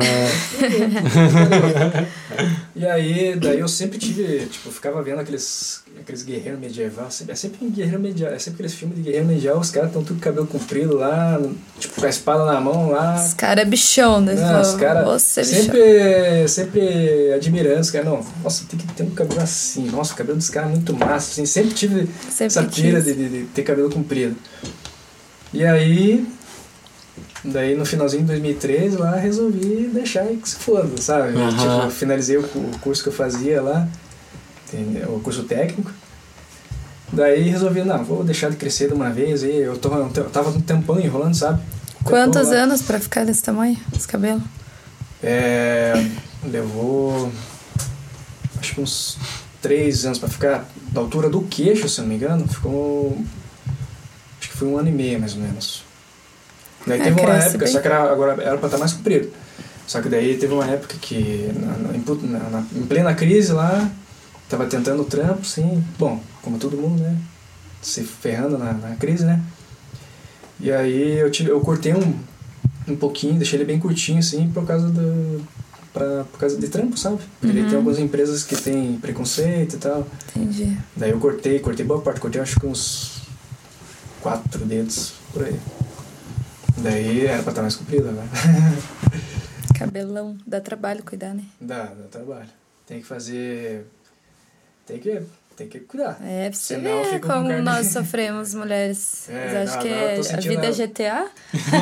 E aí, daí eu sempre tive, tipo, eu ficava vendo aqueles, aqueles guerreiros medieval, sempre, é sempre guerreiro medieval, é sempre aqueles filmes de guerreiro medieval, os caras estão tudo com cabelo comprido lá, tipo, com a espada na mão lá. Os caras é bichão, né? Não, os caras Você é bichão. sempre, sempre admirando os caras. Não, nossa, tem que ter um cabelo assim. Nossa, o cabelo dos caras é muito massa. Assim, sempre tive Sempre essa pira de, quis. de, de ter cabelo comprido. E aí, daí no finalzinho de dois mil e treze, lá, resolvi deixar que se foda, sabe? Uhum. Tipo, eu finalizei o, o curso que eu fazia lá, entendeu? O curso técnico. Daí resolvi, não, vou deixar de crescer de uma vez. Aí eu, tô, eu tava um tempão enrolando, sabe? Quantos Tempão lá. anos pra ficar desse tamanho, esse cabelo? É, levou acho que uns três anos pra ficar da altura do queixo, se eu não me engano. Ficou. Acho que foi um ano e meio mais ou menos. Daí É, teve uma cresce época, bem. só que era, agora era pra estar mais comprido. Só que daí teve uma época que, na, na, em- na, na- em plena crise lá, tava tentando o trampo, sim. Bom, como todo mundo, né? Se ferrando na, na crise, né? E aí eu, tive, eu cortei um, um pouquinho, deixei ele bem curtinho, assim, por causa do... Pra, por causa de trampo, sabe? Porque daí tem algumas empresas que tem preconceito e tal. Entendi. Daí eu cortei, cortei boa parte, cortei acho que uns quatro dedos por aí. Daí era pra estar mais comprido, né? Cabelão. Dá trabalho cuidar, né? Dá, dá trabalho. Tem que fazer... Tem que, tem que cuidar. É, pra você Senão ver fica com como carne- nós sofremos, mulheres. É, Vocês acham não, que agora eu é tô a sentindo vida a- G T A?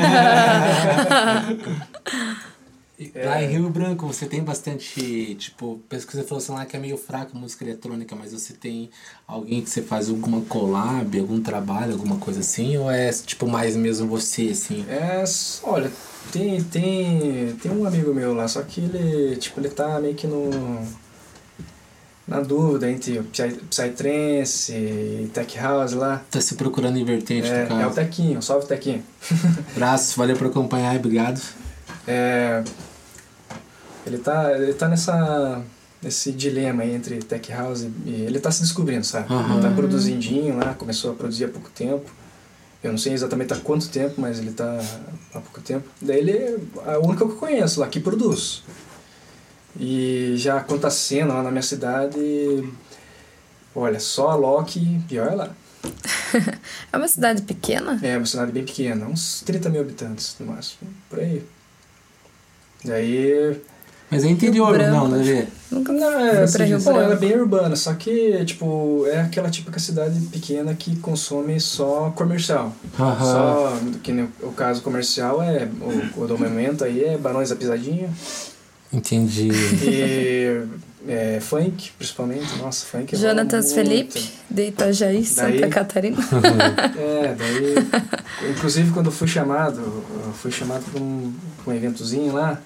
E lá em Rio Branco, você tem bastante, tipo, penso que você falou assim lá que é meio fraca a música eletrônica, mas você tem alguém que você faz alguma collab, algum trabalho, alguma coisa assim, ou é, tipo, mais mesmo você, assim? É, s- olha, tem, tem, tem um amigo meu lá, só que ele, tipo, ele tá meio que no... na dúvida entre o Psy- Psytrance e Tech House lá. Tá se procurando em vertente, É, no é o caso. Tequinho, salve Tequinho. Abraço, valeu por acompanhar, obrigado. É, ele tá, ele tá nessa, nesse dilema aí entre Tech House e... ele tá se descobrindo, sabe? Aham. Ele tá produzindinho lá, começou a produzir há pouco tempo. Eu não sei exatamente há quanto tempo, mas ele tá há pouco tempo. Daí ele é a única que eu conheço lá, que produz. E já quanto à cena lá na minha cidade, olha, só a Loki, pior é lá. É uma cidade pequena? É uma cidade bem pequena, uns trinta mil habitantes no máximo, por aí. Daí, Mas é interior, Rio não, Branco. não é? Nunca Não, é, fui assim, pra Rio bom, ela é Branco. bem urbana, só que, tipo, é aquela típica cidade pequena que consome só comercial. Aham. Só, que nem o caso comercial é, o, o do momento aí é Barões da Pisadinha Entendi. e é, funk, principalmente. Nossa, funk rola Jonatas muito. Felipe, de Itajaí, Santa Daí- Catarina. É, daí, inclusive quando eu fui chamado, eu fui chamado para um, pra um eventozinho lá,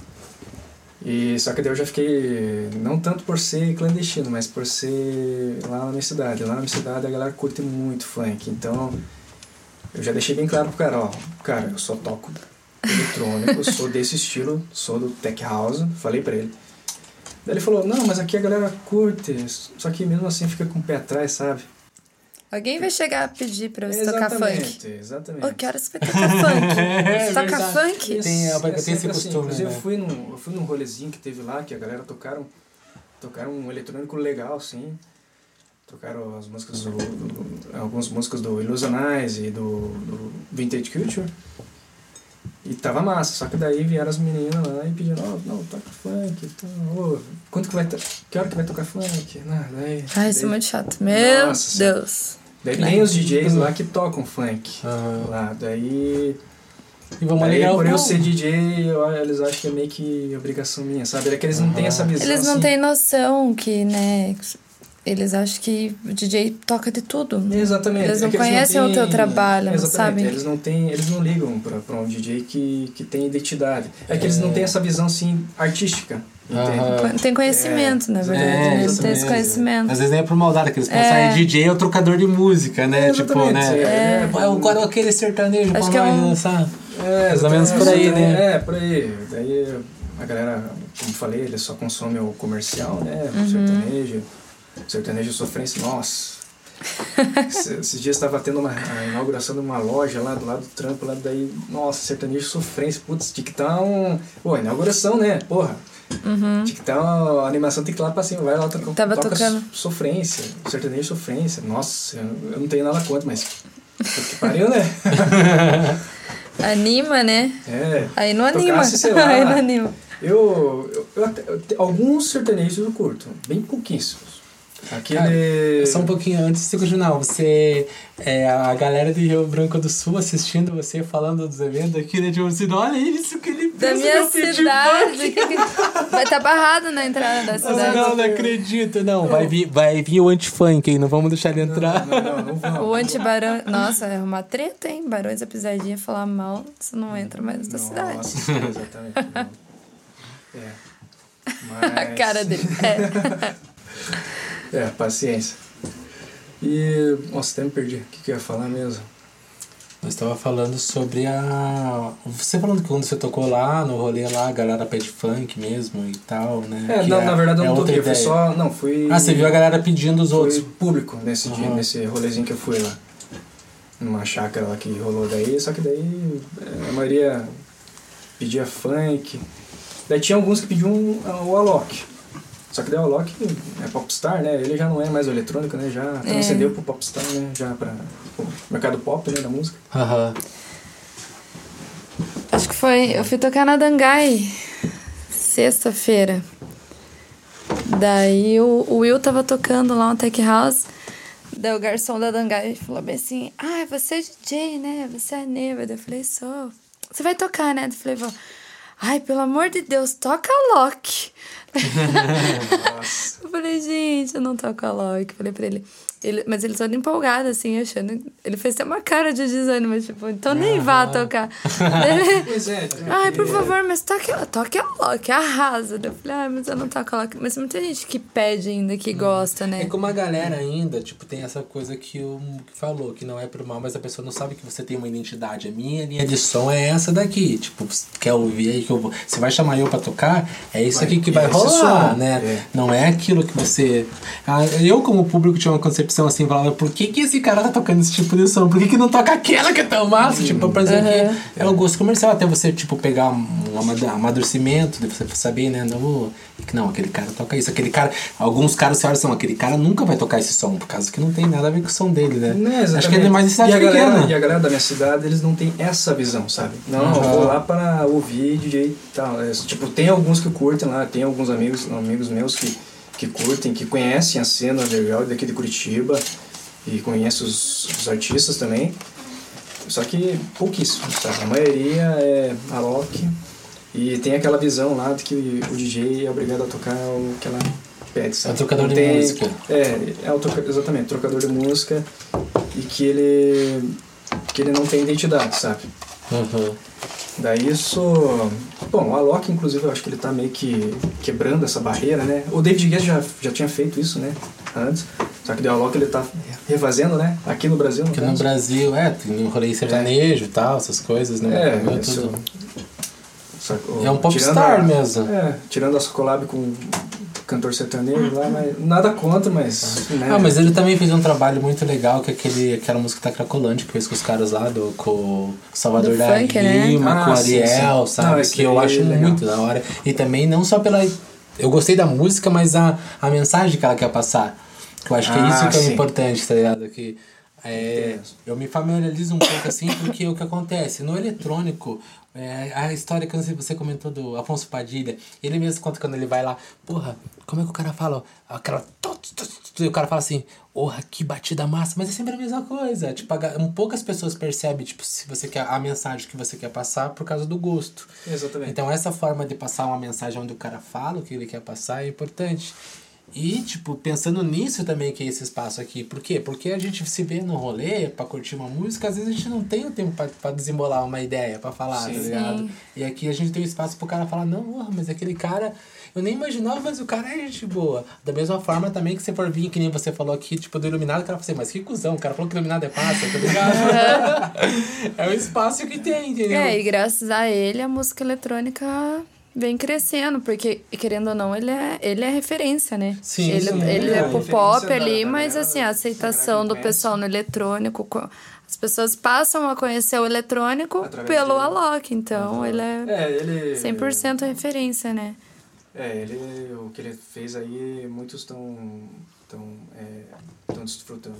e só que daí eu já fiquei, não tanto por ser clandestino, mas por ser lá na minha cidade. Lá na minha cidade a galera curte muito funk, então eu já deixei bem claro pro cara, ó, cara, eu só toco eletrônico, eu sou desse estilo, sou do tech house, falei pra ele. Daí ele falou, não, mas aqui a galera curte, só que mesmo assim fica com o pé atrás, sabe? Alguém vai chegar a pedir pra você tocar funk. Exatamente, exatamente. Ô, que horas você vai tocar funk? É Você toca verdade. funk? Tem- é, vai ter sempre esse costume, Inclusive, né? eu fui num, eu fui num rolezinho que teve lá, que a galera tocaram, tocaram um eletrônico legal, assim. Tocaram as músicas do, do, algumas músicas do Illusionize e do, do Vintage Culture. E tava massa, só que daí vieram as meninas lá e pediram, ó, oh, não, toca funk, então, ô, quanto que vai to- que hora que vai tocar funk? Não, daí, Ai, isso é daí, muito chato. Meu Nossa, Deus. daí tem os D Js lá que tocam funk. Aham. Lá, daí... E vamos Daí, ligar o por eu povo. ser D J, eu, eles acham que é meio que obrigação minha, sabe? É que eles não têm essa visão. Eles não assim. têm noção que, né... Eles acham que o D J toca de tudo. Exatamente. Eles não É que conhecem o teu trabalho, não Exatamente. sabem? Eles não têm, eles não ligam pra, pra um D J que, que tem identidade. É que eles não têm essa visão, assim, artística. Entende? Aham. Tem conhecimento, É, na verdade. É, né? Eles isso têm esse mesmo. conhecimento. Às vezes nem é por maldade, que eles pensam, É. ah, D J é o trocador de música, né? É, tipo, exatamente, né? é. Pô, agora aquele sertanejo Acho pra que é nós um- dançar. É, Mais ou menos por exatamente. aí, né? É, por aí. Daí a galera, como falei, eles só consomem o comercial, né? O Uhum. sertanejo. O sertanejo sofrência, nossa. Esse- Esses dias estava tendo uma a inauguração de uma loja lá do lado do trampo, lá daí, nossa, sertanejo sofrência, putz, tinha que estar um. Pô, inauguração, né? Porra. Tinha que estar uma a animação, tem que ir lá pra cima, vai lá tocar. Tava toca tocando. Sofrência, sertanejo sofrência. Nossa, eu, eu não tenho nada contra, mas. puta que pariu, né? Anima, né? É. Aí não anima. Tocasse, sei lá. Aí não anima. Eu, eu, eu até- eu te- alguns sertanejos eu curto, bem pouquíssimos. Aquele. Só um pouquinho antes de você continuar, você. É, a galera de Rio Branco do Sul assistindo você falando dos eventos aqui, né? Tipo assim, olha isso que ele Da fez. minha eu pedi cidade. que que- Vai estar barrado na entrada da Ah, cidade. não, não acredito. Não, vai vir, vai vir o anti-funk, hein? Não vamos deixar ele entrar. Não, não, não vamos. O anti-barão... Nossa, é uma treta, hein? Barões da Pisadinha falar mal, você não entra mais na cidade. Nossa, sim, exatamente. não. É. Mas... A cara dele. É. É, paciência. E. Nossa, até me perdi. O que, que eu ia falar mesmo? Nós estava falando sobre a... Você falando que quando você tocou lá, no rolê lá, a galera pede funk mesmo e tal, né? É, Que não, na verdade eu é não outra toquei, fui ideia. só. Não, fui. Ah, você viu a galera pedindo os Fui outros. público nesse dia, Aham. nesse rolezinho que eu fui lá. Numa chácara lá que rolou daí, só que daí é, a maioria pedia funk. Daí tinha alguns que pediam o Alok. Só que daí o Alok é popstar, né? Ele já não é mais o eletrônico, né? Já transcendeu pro popstar, né? Já pra o mercado pop, né? Da música. Aham. Acho que foi... Eu fui tocar na Dangai sexta-feira. Daí o, o Will tava tocando lá um tech house. Daí o garçom da Dangai falou bem assim: ah, você é D J, né? Você é neva. Daí eu falei: sou. Você vai tocar, né? Daí eu falei: vou. Ai, pelo amor de Deus, toca Loki. Nossa. Eu falei: gente, eu não toco a Loki. Falei pra ele. ele mas ele todo empolgado, assim, achando. Ele fez até uma cara de desânimo, mas tipo, então nem vá tocar. Daí ele, Pois é. ai, por favor, mas toque, toque a Loki, arrasa. Daí eu falei: ai, mas eu não toco a Loki. Mas muita gente que pede ainda, que gosta, né? É como a galera ainda, tipo, tem essa coisa que o que falou, que não é pro mal, mas a pessoa não sabe que você tem uma identidade. A minha linha de som é essa daqui. Tipo, quer ouvir aí que eu vou. Você vai chamar eu pra tocar, é isso Vai, aqui que vai esse rolar, som, né? é. Não é aquilo aquilo que você... Ah, eu, como público, tinha uma concepção assim, falava, por que que esse cara tá tocando esse tipo de som? Por que que não toca aquela que é tão massa? Hum. Tipo, pra dizer uhum. que é o gosto comercial, até você, tipo, pegar um amadurecimento, de você saber, né? Não, não, aquele cara toca isso, aquele cara... Alguns caras, você olha assim, aquele cara nunca vai tocar esse som, por causa que não tem nada a ver com o som dele, né? Não, acho que é mais em cidade e a pequena. Galera, e a galera da minha cidade, eles não têm essa visão, sabe? Não, uhum. eu vou lá para ouvir D J e tal. É, tipo, tem alguns que curtem lá, tem alguns amigos, amigos meus que, que curtem, que conhecem a cena underground daqui de Curitiba e conhecem os, os artistas também. Só que pouquíssimo, sabe? A maioria é a rock e tem aquela visão lá de que o D J é obrigado a tocar o que ela pede, sabe? É o trocador tem, de música. É, é o troca, exatamente, trocador de música e que ele, que ele não tem identidade, sabe? Uhum. Daí isso... Bom, o Alok, inclusive, eu acho que ele tá meio que quebrando essa barreira, né? O David Guetta já, já tinha feito isso, né? Antes. Só que o Alok ele tá refazendo, né? Aqui no Brasil, no Aqui caso. no Brasil, é, tem um rolê sertanejo e é. tal, essas coisas, né? É, é isso... tudo. Só, é um popstar mesmo. É, tirando a sua collab com cantor sertanejo lá, mas nada contra, mas... Né? Ah, mas ele também fez um trabalho muito legal, que é aquele, aquela música Tá Cracolante, que fez com os caras lá, do, com o Salvador do da funk, Rima, né? com o ah, Ariel, sim, sim. sabe? Não, que eu acho legal. Muito da hora. E também não só pela... Eu gostei da música, mas a, a mensagem que ela quer passar. Que eu acho que é isso ah, que é sim. importante, tá ligado? Que, é, eu me familiarizo um pouco assim, porque o que acontece? No eletrônico... É, a história que você comentou do Afonso Padilha, ele mesmo conta quando ele vai lá, porra, como é que o cara fala? Aquela. E o cara fala assim, porra, que batida massa, mas é sempre a mesma coisa. Tipo, um, poucas pessoas percebem, tipo, se você quer a mensagem que você quer passar por causa do gosto. Exatamente. Então, essa forma de passar uma mensagem onde o cara fala o que ele quer passar é importante. E, tipo, pensando nisso também que é esse espaço aqui. Por quê? Porque a gente se vê no rolê pra curtir uma música, às vezes a gente não tem o tempo pra, pra desembolar uma ideia, pra falar, sim, tá ligado? Sim. E aqui a gente tem um espaço pro cara falar, não, porra, mas aquele cara... Eu nem imaginava, mas o cara é gente boa. Da mesma forma também que você for vir, que nem você falou aqui, tipo, do Iluminado, o cara falou assim, mas que cuzão, o cara falou que o Iluminado é fácil, tá ligado? É o espaço que tem, entendeu? É, e graças a ele a música eletrônica... vem crescendo, porque, querendo ou não, ele é, ele é referência, né? Sim, ele, sim, ele é, é pro pop da, ali, da mas galera, assim, a aceitação do pessoal no eletrônico, as pessoas passam a conhecer o eletrônico através pelo dele. Alok, então uhum. ele é, é ele, cem por cento referência, né? É, ele, o que ele fez aí, muitos estão tão, é, tão desfrutando.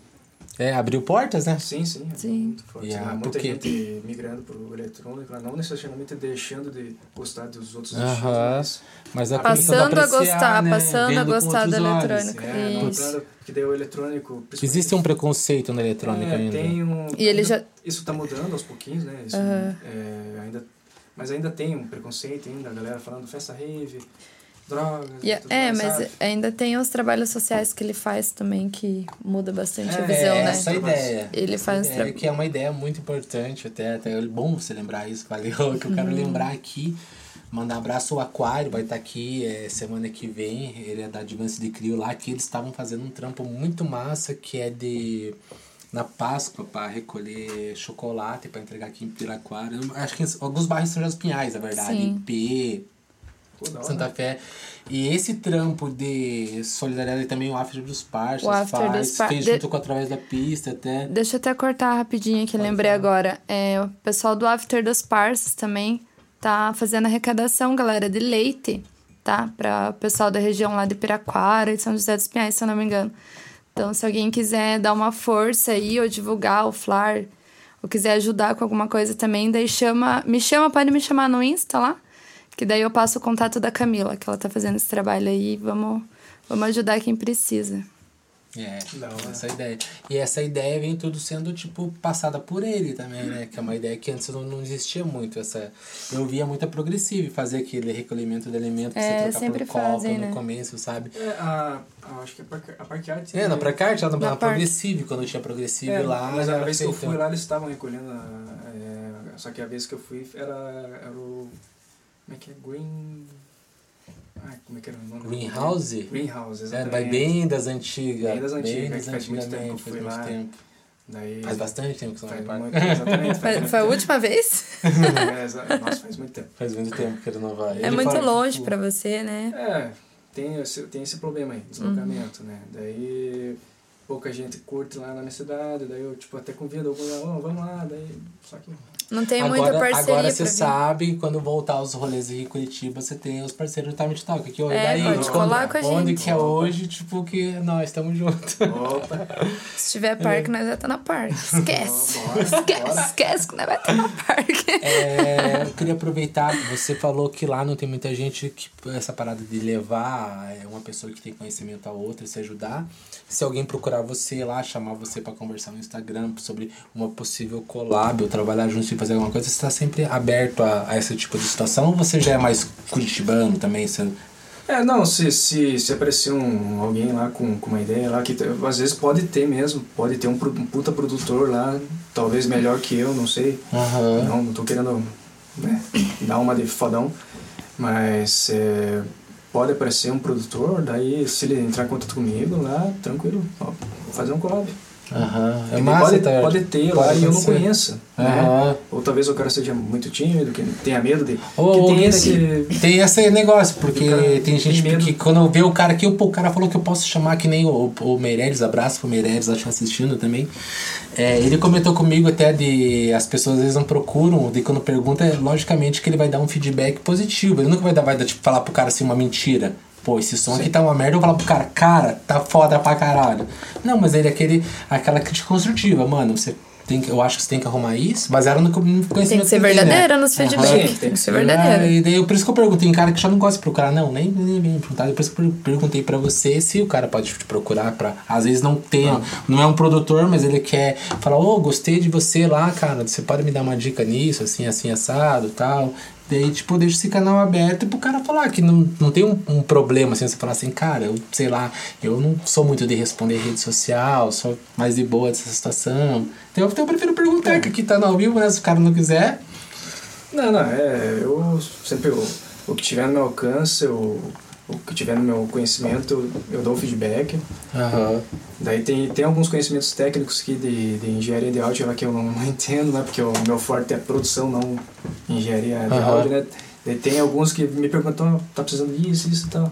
É, abriu portas, né? Sim, sim. sim. Muito forte. Yeah, muita porque... gente migrando para o eletrônico, não necessariamente deixando de gostar dos outros uh-huh. estilos. Mas a passando a gostar, né? passando Vendo a gostar do eletrônico. É, não, que daí o eletrônico... Existe um preconceito no eletrônico é, ainda. Tem um, e ele ainda, já... Isso está mudando aos pouquinhos, né? Isso, uh-huh. é, ainda, mas ainda tem um preconceito ainda, a galera falando festa rave... drogas yeah, é, mais, mas sabe? Ainda tem os trabalhos sociais que ele faz também que muda bastante é, a visão, é né? Essa ideia. Ele essa faz ideia, tra... que é uma ideia muito importante, até, até é bom você lembrar isso, valeu, que eu quero uhum. lembrar aqui, mandar um abraço ao Aquário, vai estar aqui é, semana que vem, ele é da Advance de Crio lá, que eles estavam fazendo um trampo muito massa, que é de... na Páscoa, para recolher chocolate, para entregar aqui em Piraquara. Acho que alguns bairros São José dos Pinhais, na verdade, Sim. P... Santa Fé. E esse trampo de solidariedade também o After dos Parceiros faz, dos par... fez junto de... com Através da Pista até. Deixa eu até cortar rapidinho que eu lembrei falar. agora. É, o pessoal do After dos Parceiros também tá fazendo arrecadação, galera, de leite, tá? Para o pessoal da região lá de Piraquara e São José dos Pinhais, se eu não me engano. Então, se alguém quiser dar uma força aí ou divulgar o Flar, ou quiser ajudar com alguma coisa também, daí chama, me chama, pode me chamar no Insta lá. Que daí eu passo o contato da Camila, que ela tá fazendo esse trabalho aí. Vamos, vamos ajudar quem precisa. É, não, essa ideia. E essa ideia vem tudo sendo, tipo, passada por ele também, né? Que é uma ideia que antes não, não existia muito. Essa, eu via muita progressiva fazer aquele recolhimento de alimentos que é, você troca por fazem, copo né? no começo, sabe? É, a, a, acho que a Parque Arte... É, na Parque Arte, na, na, na Parque. Progressive, quando tinha Progressive é, lá... Mas a vez que eu fui lá, eles estavam recolhendo... É, só que a vez que eu fui era, era o... Como é que é? Green... Ai, como é que era o nome? Greenhouse? Greenhouse, é, exatamente. vai bem das antigas. Bem das antigas, bem das faz muito tempo que eu fui lá. Tempo. Daí, faz bastante tempo que você faz não vai muito, Exatamente. Foi, foi a última vez? é, nossa, faz muito tempo. Faz muito tempo que ele não vai. É ele muito fala, longe tipo, pra você, né? É, tem esse, tem esse problema aí, deslocamento, uhum. né? Daí pouca gente curte lá na minha cidade, daí eu tipo, até convido algum, oh, vamos lá, daí só que... Não tem agora, muita parceria. Agora você vir. sabe, quando voltar os rolês aqui em Curitiba, você tem os parceiros do Time Talk. Que, é, daí, pode colar com a gente. Onde que é hoje, tipo, que nós estamos juntos. Opa. Se tiver parque, é. nós vamos estar na parque. Esquece. Bora, esquece, bora. esquece que nós vamos estar na parque. É, eu queria aproveitar, você falou que lá não tem muita gente, que essa parada de levar uma pessoa que tem conhecimento a outra, se ajudar. Se alguém procurar você lá, chamar você para conversar no Instagram sobre uma possível collab ou trabalhar junto e fazer alguma coisa, você está sempre aberto a, a esse tipo de situação, ou você já é mais curitibano também? Você... É, não, se, se, se aparecer um, alguém lá com, com uma ideia lá, que às vezes pode ter mesmo, pode ter um, um puta produtor lá, talvez melhor que eu, não sei. Uhum. Não, não tô querendo, né, dar uma de fodão, mas é, pode aparecer um produtor, daí se ele entrar em contato comigo lá, tranquilo, ó, fazer um collab. Uhum. É ele massa, pode, tá? pode ter pode lá acontecer. e eu não conheço, uhum. né? Ou talvez o cara seja muito tímido, que tenha medo de... Ou, que tem esse... esse... Tem esse negócio, porque cara, tem gente tem que quando vê o cara aqui, o cara falou que eu posso chamar que nem o, o Meirelles, abraço pro Meirelles, acho que assistindo também. É, ele comentou comigo até de as pessoas às vezes não procuram, de quando pergunta, logicamente que ele vai dar um feedback positivo. Ele nunca vai dar, vai dar tipo, falar pro cara assim uma mentira. Pô, esse som Sim. aqui tá uma merda, eu vou falar pro cara, cara, tá foda pra caralho. Não, mas ele é aquele, aquela crítica construtiva, mano, você tem que, eu acho que você tem que arrumar isso, baseado no conhecimento. Tem que ser verdadeira, né? Nos feedbacks, uhum. tem que ser verdadeira. E daí, por isso que eu perguntei, tem cara que já não gosta de procurar, não, nem, nem vem perguntar, depois que eu perguntei pra você se o cara pode te procurar pra, às vezes não tem, uhum. não é um produtor, mas ele quer falar, ô, oh, gostei de você lá, cara, você pode me dar uma dica nisso, assim, assim, assado, tal... Daí, tipo, deixa esse canal aberto pro cara falar que não, não tem um, um problema, assim, você falar assim, cara, eu sei lá, eu não sou muito de responder rede social, sou mais de boa dessa situação. Então eu prefiro perguntar, é. que aqui tá no ao vivo, né, se o cara não quiser. Não, não, é, eu sempre, o, o que tiver no meu alcance, o, o que tiver no meu conhecimento, eu, eu dou feedback. Uhum. Daí tem, tem alguns conhecimentos técnicos aqui de, de engenharia de áudio lá que eu não, não entendo, né? Porque o meu forte é produção, não engenharia de uhum. áudio, né? Daí tem alguns que me perguntam, tá precisando disso, isso e tal.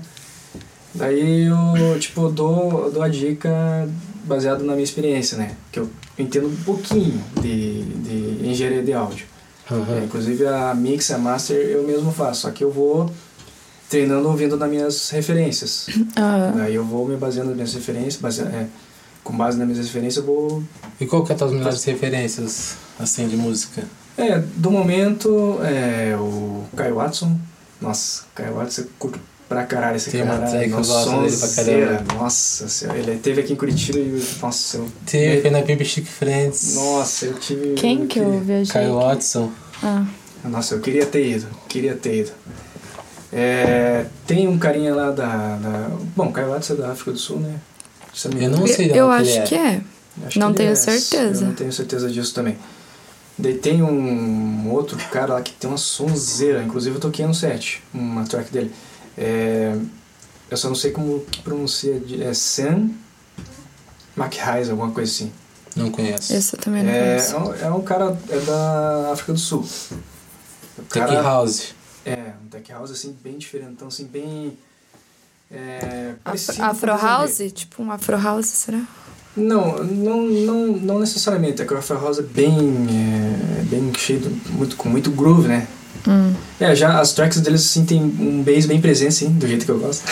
Daí eu, tipo, dou, dou a dica baseado na minha experiência, né? Que eu entendo um pouquinho de, de engenharia de áudio. Uhum. É, inclusive a mix, a master eu mesmo faço, só que eu vou treinando ouvindo nas minhas referências. Uhum. Aí eu vou me baseando nas minhas referências, base, é, com base nas minhas referências eu vou... E qual que é as tuas melhores referências, assim, de música? É, do momento, é o Caio Watson. Nossa, Caio Watson eu curto pra caralho esse Tem cara. uma track que eu gosto dele pra caramba. Nossa senhora, ele teve aqui em Curitiba e, nossa, eu... Teve na Pimp Chic Friends. Nossa, eu tive... Quem eu que eu viajei? Caio Watson. Ah. Nossa, eu queria ter ido, queria ter ido. É, tem um carinha lá da... da bom, Caio Watson é da África do Sul, né? Eu não sei Eu, eu acho que, que é. Acho não que tenho é, certeza. Eu não tenho certeza disso também. Daí tem um outro cara lá que tem uma sonzeira, inclusive eu toquei no set, uma track dele. É, eu só não sei como que pronuncia, é Sam McHize, alguma coisa assim. Não conheço. Esse eu também não é, conheço. É um, é um cara é da África do Sul. Tech House. É, um Tech House assim, bem diferentão, assim, bem... É, Afro, Afro House? Tipo um Afro House, será? Não, não, não, não necessariamente. É que o Afro House é bem, é, bem cheio, de, muito, com muito groove, né? Hum. É, já as tracks deles assim, tem um bass bem presente, sim, do jeito que eu gosto.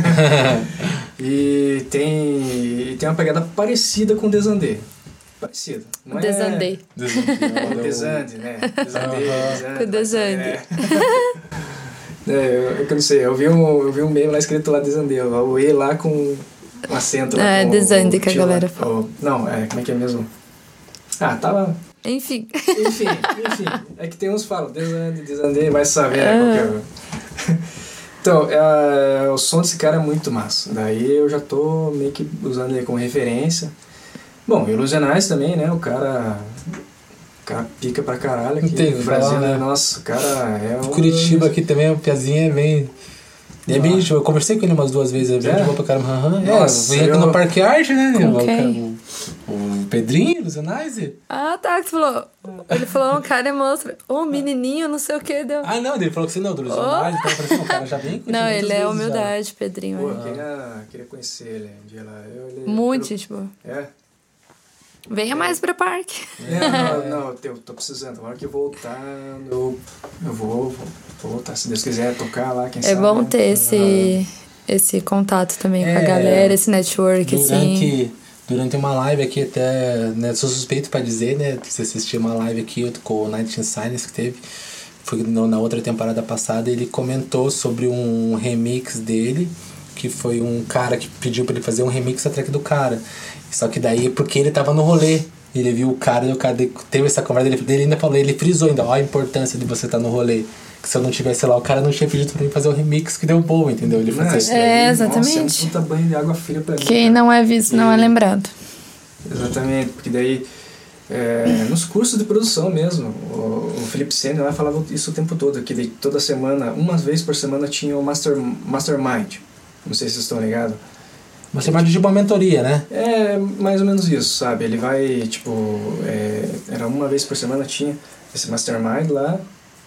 e tem, tem uma pegada parecida com o Desandê. Parecida. Não Desandê. É... Desandê. Desandê, né? Desandê, Com o Desandê. É, eu, eu não sei, eu vi um, eu vi um meme lá escrito lá Desandê, o E lá com um acento lá. É, Desandê que a galera lá, fala. o, não, é, como é que é mesmo? Ah, tava... Enfim. Enfim, enfim. É que tem uns que falam, Desandê, Desandê, vai saber, né, qual que é. Então, é, o som desse cara é muito massa. Daí eu já tô meio que usando ele como referência. Bom, e o Luzenais também, né, o cara... O cara pica pra caralho aqui tem no Brasil, falar, né? né? Nossa, o cara é um... Curitiba aqui também, o Piazinha é bem... É bem, eu conversei com ele umas duas vezes, é bem É? de boa pra caramba. Uhum. Nossa, é, vem aqui eu... no Parque Arte, né? Com quem? O Pedrinho, Lucianize? Ah, tá, que você falou. Ele falou, um cara é monstro. Ô, menininho, não sei o que deu. Ah, não, ele falou que você não, do Lucianize, então parecendo um cara já bem curtido Não, muitas ele é vezes humildade, Pedrinho. Pô, é. eu queria, queria conhecer ele um dia lá. Eu, ele, Muito, pelo- tipo. É? Venha mais pra parque. É, não, não, eu tô precisando. Na hora que eu voltar, eu, eu vou, vou, vou voltar. Se Deus quiser tocar lá, quem É sabe. bom né? ter esse, esse contato também com a É, galera, esse network, assim. Durante, durante uma live aqui, até, né, sou suspeito pra dizer, né, você assistiu uma live aqui com o Night in Silence que teve, foi no, na outra temporada passada, ele comentou sobre um remix dele, que foi um cara que pediu pra ele fazer um remix da track do cara. Só que daí, porque ele tava no rolê, ele viu o cara e o cara teve essa conversa, ele, ele ainda falou, ele frisou ainda, ó a importância de você estar no rolê. Que se eu não tivesse lá, o cara não tinha pedido pra mim fazer o remix que deu bom, entendeu? Ele Não, fazia. isso daí, É, Nossa, é exatamente. um puta banho de água fria pra mim. Quem cara. não é visto não é lembrado. Exatamente, porque daí, é, nos cursos de produção mesmo, o, o Felipe Sene lá falava isso o tempo todo, que daí toda semana, uma vez por semana tinha o master, Mastermind. Não sei se vocês estão ligados. Mas você pode de uma mentoria, né? É mais ou menos isso, sabe? Ele vai, tipo, é, era uma vez por semana tinha esse Mastermind lá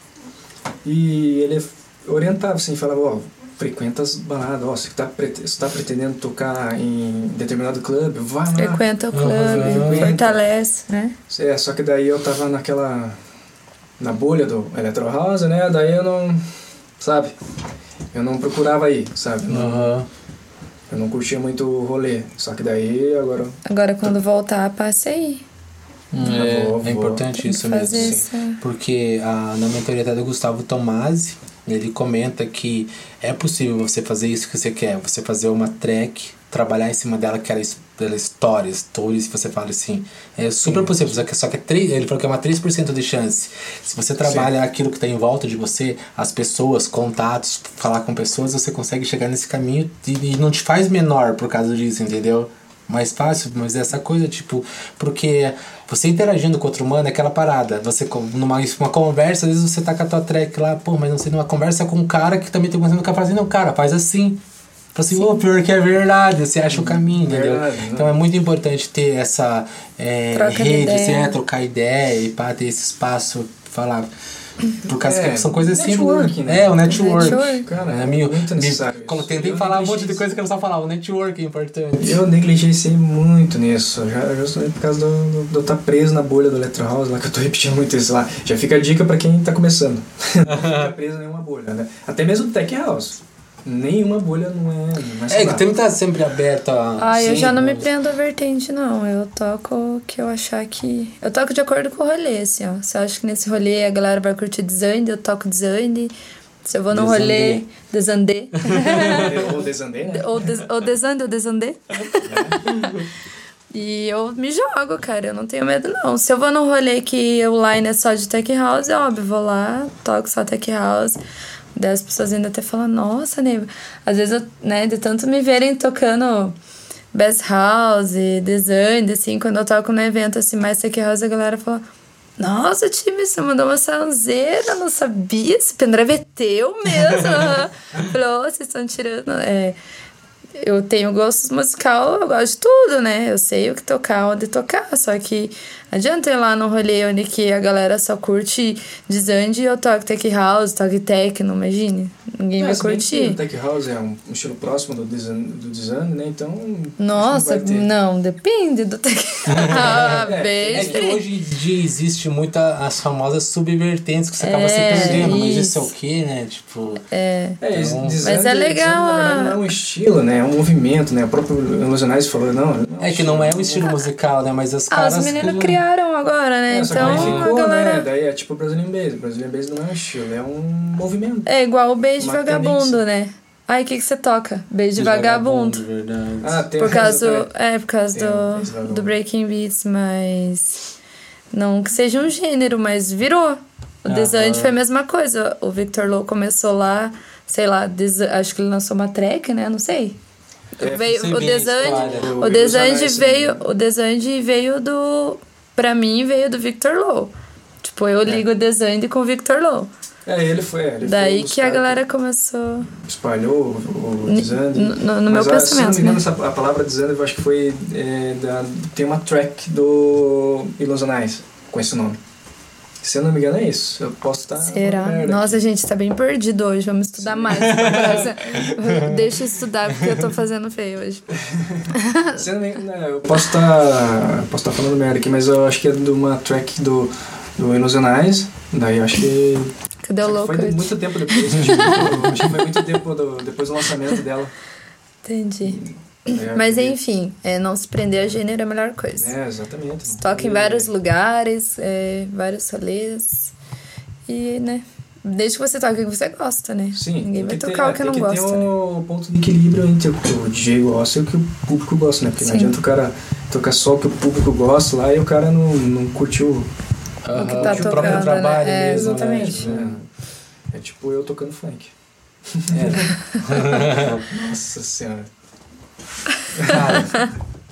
e ele orientava, assim, falava, ó, frequenta as baladas, ó, você tá, prete- você tá pretendendo tocar em determinado clube, vai lá. Frequenta o clube, Uhum. fortalece, né? É, só que daí eu tava naquela, na bolha do Electro House, né? Daí eu não, sabe? Eu não procurava ir, sabe? Não- Aham. Eu não curtia muito o rolê, só que daí agora... Agora quando voltar, passe aí. É, vou, é vou. importante Tem isso que mesmo. fazer sim. essa... Porque a, na mentoria até do Gustavo Tomasi, ele comenta que é possível você fazer isso que você quer, você fazer uma track, trabalhar em cima dela, que ela, ela história, stories, você fala assim, é super Sim. possível, só que, só que é três, ele falou que é uma três por cento de chance. Se você trabalha aquilo que está em volta de você, as pessoas, contatos, falar com pessoas, você consegue chegar nesse caminho e, e não te faz menor por causa disso, entendeu? Mais fácil, mas essa coisa, tipo, porque você interagindo com outro humano é aquela parada, você com- numa uma conversa, às vezes você tá com a tua track lá, pô, mas não sei, numa conversa com um cara que também tem conhecendo o cara, fala assim, não, cara, faz assim. Fala assim, ô, pior que é verdade, você acha o caminho, entendeu? Verdade, né? Então é muito importante ter essa é, Troca de rede, ideia. assim, é, trocar ideia e pá, ter esse espaço, falar. Por causa É, que são coisas simples. networking, né? É, o network. Network. Cara, é, é meu, muito me- necessário colo- isso. Tentei Eu falar um monte de negligencio. coisa que eu não sabia falar. O network é importante. Eu negligenciei muito nisso, já, justamente por causa do, do, de eu estar preso na bolha do Electro House, lá que eu tô repetindo muito isso lá. Já fica a dica pra quem tá começando. Não fica preso em nenhuma bolha, né? Até mesmo Tech House. Nenhuma bolha não é, não é É, que saudável. tem que estar sempre aberto a... Ah, eu sim, já não me mas- prendo a vertente, não. Eu toco o que eu achar que... Eu toco de acordo com o rolê, assim, ó. Se eu acho que nesse rolê a galera vai curtir design, eu toco design. Se eu vou no rolê... Desandê. Ou desandei, né? ou, des, ou desande, ou desandê. E eu me jogo, cara. Eu não tenho medo, não. Se eu vou num rolê que o line é só de tech house, é óbvio, vou lá, toco só tech house. Daí as pessoas ainda até falam, nossa, Neiva. Às vezes, eu, né, de tanto me verem tocando Bass House, design, assim, quando eu toco no evento, assim, mais tech house, a galera fala, nossa, time, você mandou uma sonzeira, não sabia, esse pendrive é teu mesmo. Falou, vocês estão tirando... É, eu tenho gostos musical, eu gosto de tudo, né? Eu sei o que tocar, onde tocar, só que adianta ir lá no rolê onde que a galera só curte design e eu toco tech house, toco techno, imagine. Ninguém vai se bem que curtir. O Tech House é um um estilo próximo do design, do design, né? Então. Nossa, acho que não vai ter. não, depende do tech ah, É, bem É que diferente. hoje em dia existe muita as famosas subvertentes que você acaba se É, perdendo, mas isso é o isso. quê, né? Tipo, É. É, esse Então- design, Mas é legal design, na verdade, a- não é um estilo, né? É um movimento, né? O próprio Ilusionais falou, não. não é que não é um estilo musical, né? Mas as Ah, caras... os meninos que- criaram agora, né? É, só que Então aí a ficou, galera. né? Daí é tipo Brazilian Bass. Brazilian Bass não é um estilo, é um movimento. É igual o beijo de Uma vagabundo, tendência. né? Ai, o que, que você toca? Beijo de de vagabundo. verdade. Ah, tem Por causa, exatamente. é, por causa Tem, tem esse do, vagabundo. do Breaking Beats, mas não que seja um gênero, mas virou. O Aham. design foi a mesma coisa. O Victor Lowe começou lá, sei lá, desi- acho que ele lançou uma track, né? Não sei. É, veio, sei o bem a design, história. o design Ilusionais, veio, né? o design veio do, pra mim veio do Victor Lowe. Tipo, eu ligo o design com o Victor Lowe. É, ele foi. Ele Daí foi um que a galera começou. Espalhou o, o desande. No, no, no Mas, meu ah, pensamento, se não me engano, né? essa, a palavra desande eu acho que foi. É, da, tem uma track do Ilusionais com esse nome. Se eu não me engano, é isso. Eu posso estar. Será? Nossa, aqui. gente, tá bem perdido hoje. Vamos estudar mais. Deixa eu estudar porque eu tô fazendo feio hoje. Se eu não me engano, né, eu posso estar. Posso estar falando merda aqui, mas eu acho que é de uma track do, do Ilusionais. Daí eu acho que. Cadê o louco? Foi muito tempo depois. Acho que, acho que foi muito tempo do, depois do lançamento dela. Entendi. É, Mas eu- enfim, é, não se prender a gênero é a melhor coisa. É, exatamente. não Toca em pode- vários lugares, é, vários rolês. E, né? Desde que você toque o que você gosta, né? Sim, Ninguém vai tem ter- tocar o que tem não que gosta. ter né? um ponto de equilíbrio entre o que o D J gosta e o que o público gosta, né? Porque não Sim. adianta o cara tocar só o que o público gosta lá e o cara não, não curtiu O que tá o próprio tocando, trabalho né? É, mesmo, né? exatamente. É, é tipo eu tocando funk. Nossa senhora. Cara,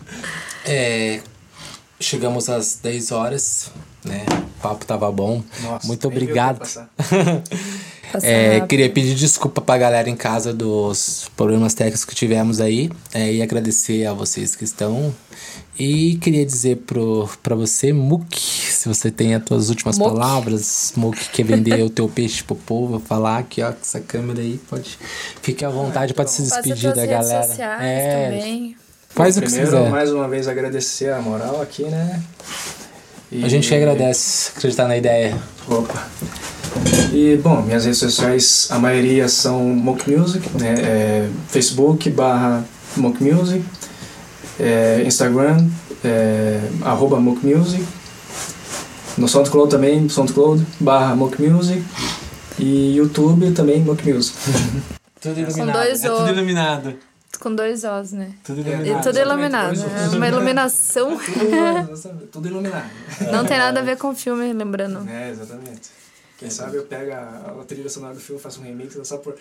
é, chegamos às dez horas, né? O papo tava bom. Nossa, Muito nem vi o obrigado. tempo passar. Passa É, rápido. queria pedir desculpa pra galera em casa dos problemas técnicos que tivemos aí, é, e agradecer a vocês que estão. E queria dizer pro, pra você, Muk, se você tem as tuas últimas Muk. palavras, Muk quer vender o teu peixe pro povo, falar aqui, ó, com essa câmera aí, pode, fique à vontade, pode se Passa despedir tuas da redes galera. sociais É, também. faz o que Primeiro, quiser. mais uma vez, agradecer a moral aqui, né? E- A gente que agradece acreditar na ideia. Opa. E, bom, minhas redes sociais, a maioria são Mock Music, né? É, Facebook barra Mock Music, é, Instagram, é, arroba Mock Music, no SoundCloud também, SoundCloud barra Mock Music, e YouTube também Mock Music. Tudo iluminado, dois é tudo O. iluminado. Com dois Os, né? Tudo E iluminado. tudo exatamente, iluminado. dois É Os. uma iluminação. Tudo, tudo iluminado. Não tem nada a ver com o filme, lembrando. É, exatamente. Quem sabe eu pego a, a trilha sonora do filme e faço um remix só, por,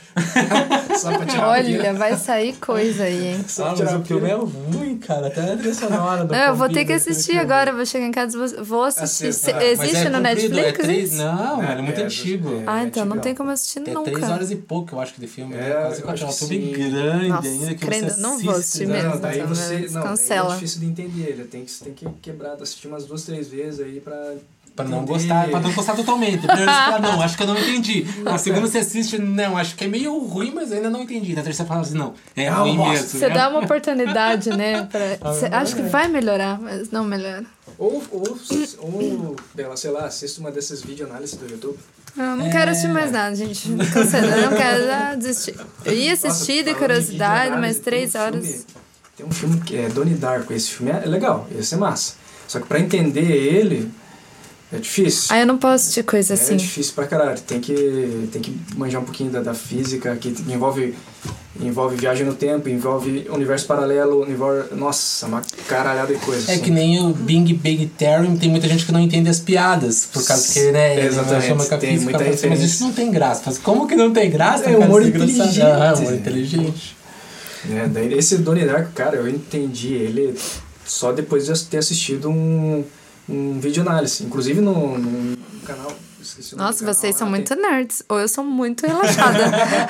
só pra tirar Olha, vai sair coisa aí, hein? Só Ah, mas tirar o filme é ruim, cara. Até a trilha sonora do Não, eu vou Vampiro, ter que aquele assistir filme. agora. Eu vou chegar em casa e vou- vou assistir. Assista. Se- Ah, mas Mas Existe é no comprido, Netflix? É três, isso? não, É, ele é muito é, antigo. é. Ah, então não antigão. tem como assistir É nunca. três horas e pouco, eu acho que de filme. É, né? Quase eu quatro acho horas. que Filme sim. grande Nossa, ainda que crendo, você não vou assiste, assistir né? mesmo. Não, daí então, você. né? Não, daí é Cancela. difícil de entender. Ele tem que, tem que quebrar, assistir umas duas, três vezes aí pra. Pra não entender. gostar, pra não gostar totalmente. Primeiro você fala, não, acho que eu não entendi. Na segunda você assiste, não, acho que é meio ruim, mas eu ainda não entendi. Na terceira você fala assim, não, é Ah, ruim nossa. mesmo. Você né? dá uma oportunidade, né? Pra... Cê acha que vai melhorar, mas não melhora. Ou, ou, ou, sei lá, assista uma dessas videoanálises do YouTube. Eu não É. quero assistir mais nada, gente. Cancela, eu não quero já desistir. Eu ia assistir Nossa, de falando em curiosidade, videoanálise, mas tem três um horas. filme- tem um filme que é Donnie Darko. Esse filme é legal, esse é massa. Só que pra entender ele, é difícil. Ah, eu não posso assistir coisa É assim. difícil pra caralho. Tem que, tem que manjar um pouquinho da, da física, que envolve, envolve viagem no tempo, envolve universo paralelo, envolve... Nossa, uma caralhada de coisas. É assim. que nem o Bing Bang Theory, tem muita gente que não entende as piadas, por causa que, né, ele Exatamente, chama com a tem física, muita mas referência. isso não tem graça. Mas como que não tem graça? É cara? humor Isso engraçado. inteligente. Ah, é humor inteligente. É, daí esse Donnie Darko, cara, eu entendi ele só depois de ter assistido um, um vídeo análise. Inclusive no, no canal... esqueci o nome Nossa, do canal vocês lá, são tem- muito nerds. Ou eu sou muito relaxada.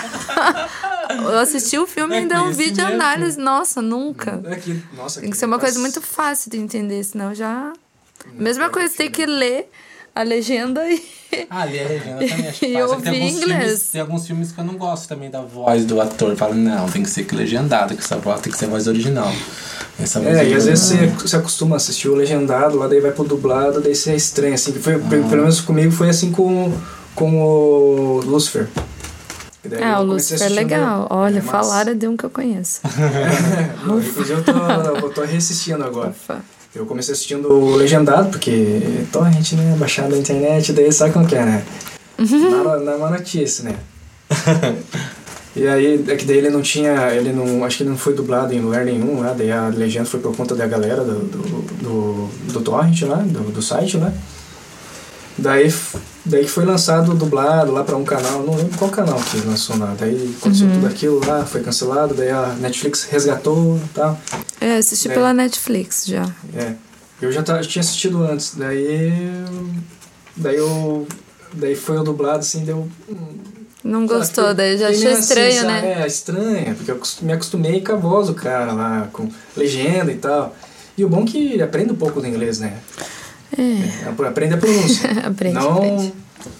Eu assisti o filme e É ainda é um conhecimento. vídeo análise. Nossa, nunca. É que, nossa, Tem que que ser uma coisa faz- muito fácil de entender, senão já... Não, Mesma pior coisa, que tem que filme. ler a legenda e... Ah, ali a legenda também acho que E faz. eu Só que tem ouvi alguns inglês. filmes, tem alguns filmes que eu não gosto também da voz do ator. Eu falo, não, tem que ser legendado, que essa voz tem que ser a voz original. Essa voz É, e às original. vezes você se acostuma a assistir o legendado, lá daí vai pro dublado, daí você é estranho, assim. Que foi, Pelo menos comigo foi assim com, com o Lucifer. Que daí Ah, eu o comecei Lucifer é assistindo- legal. Olha, É massa. falaram de um que eu conheço. Não, inclusive eu tô, eu tô reassistindo agora. Ufa. Eu comecei assistindo o legendado, porque torrent, né, baixado na internet, daí sabe como que é, né? Na, na uma notícia, né? E aí, é que daí ele não tinha, ele não, acho que ele não foi dublado em lugar nenhum lá, daí a legenda foi por conta da galera do, do, do, do torrent lá, do, do site lá. Daí, daí que foi lançado dublado lá pra um canal, não lembro qual canal que lançou lá. Daí aconteceu Uhum. tudo aquilo lá, foi cancelado, daí a Netflix resgatou e tal. É, eu assisti É. pela Netflix já. É, eu já tá, tinha assistido antes, daí, daí eu daí foi o dublado, assim, deu... Não gostou, sabe, daí já fiquei achou meio estranho, assim, né? sabe? É, estranho, porque eu acost- me acostumei com a voz do cara lá, com legenda e tal. E o bom é que aprende um pouco do inglês, né? É. É, aprende a pronúncia. Aprende, Não... aprende.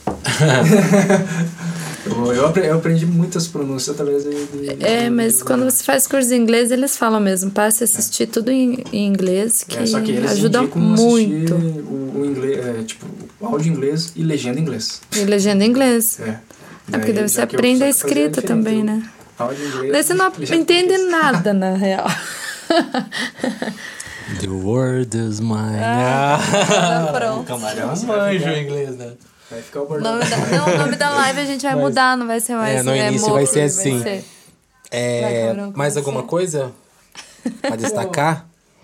eu, eu apre- eu aprendi muitas pronúncias através de... de É, de- mas de- quando você faz curso de inglês, eles falam mesmo, passe a assistir tudo em, em inglês, que, É, só que eles ajuda indicam muito. assistir o, o inglês, é, tipo, o áudio em inglês e legenda em inglês. E legenda em inglês. É. É porque Daí, daí você já que eu aprende a sei fazer escrita diferente, também, eu- né? Áudio em inglês. Daí você não legenda em entende inglês. nada, na real. The word is mine. Ah, Ah, pronto. o camarão Nossa, manja vai o ficar- inglês, né? Vai ficar o O bordão. nome da, não, o nome da live a gente vai Mas- mudar, não vai ser mais. É, no início vai ser assim. ser- É, Vai, camarão, mais com alguma você. coisa pra destacar?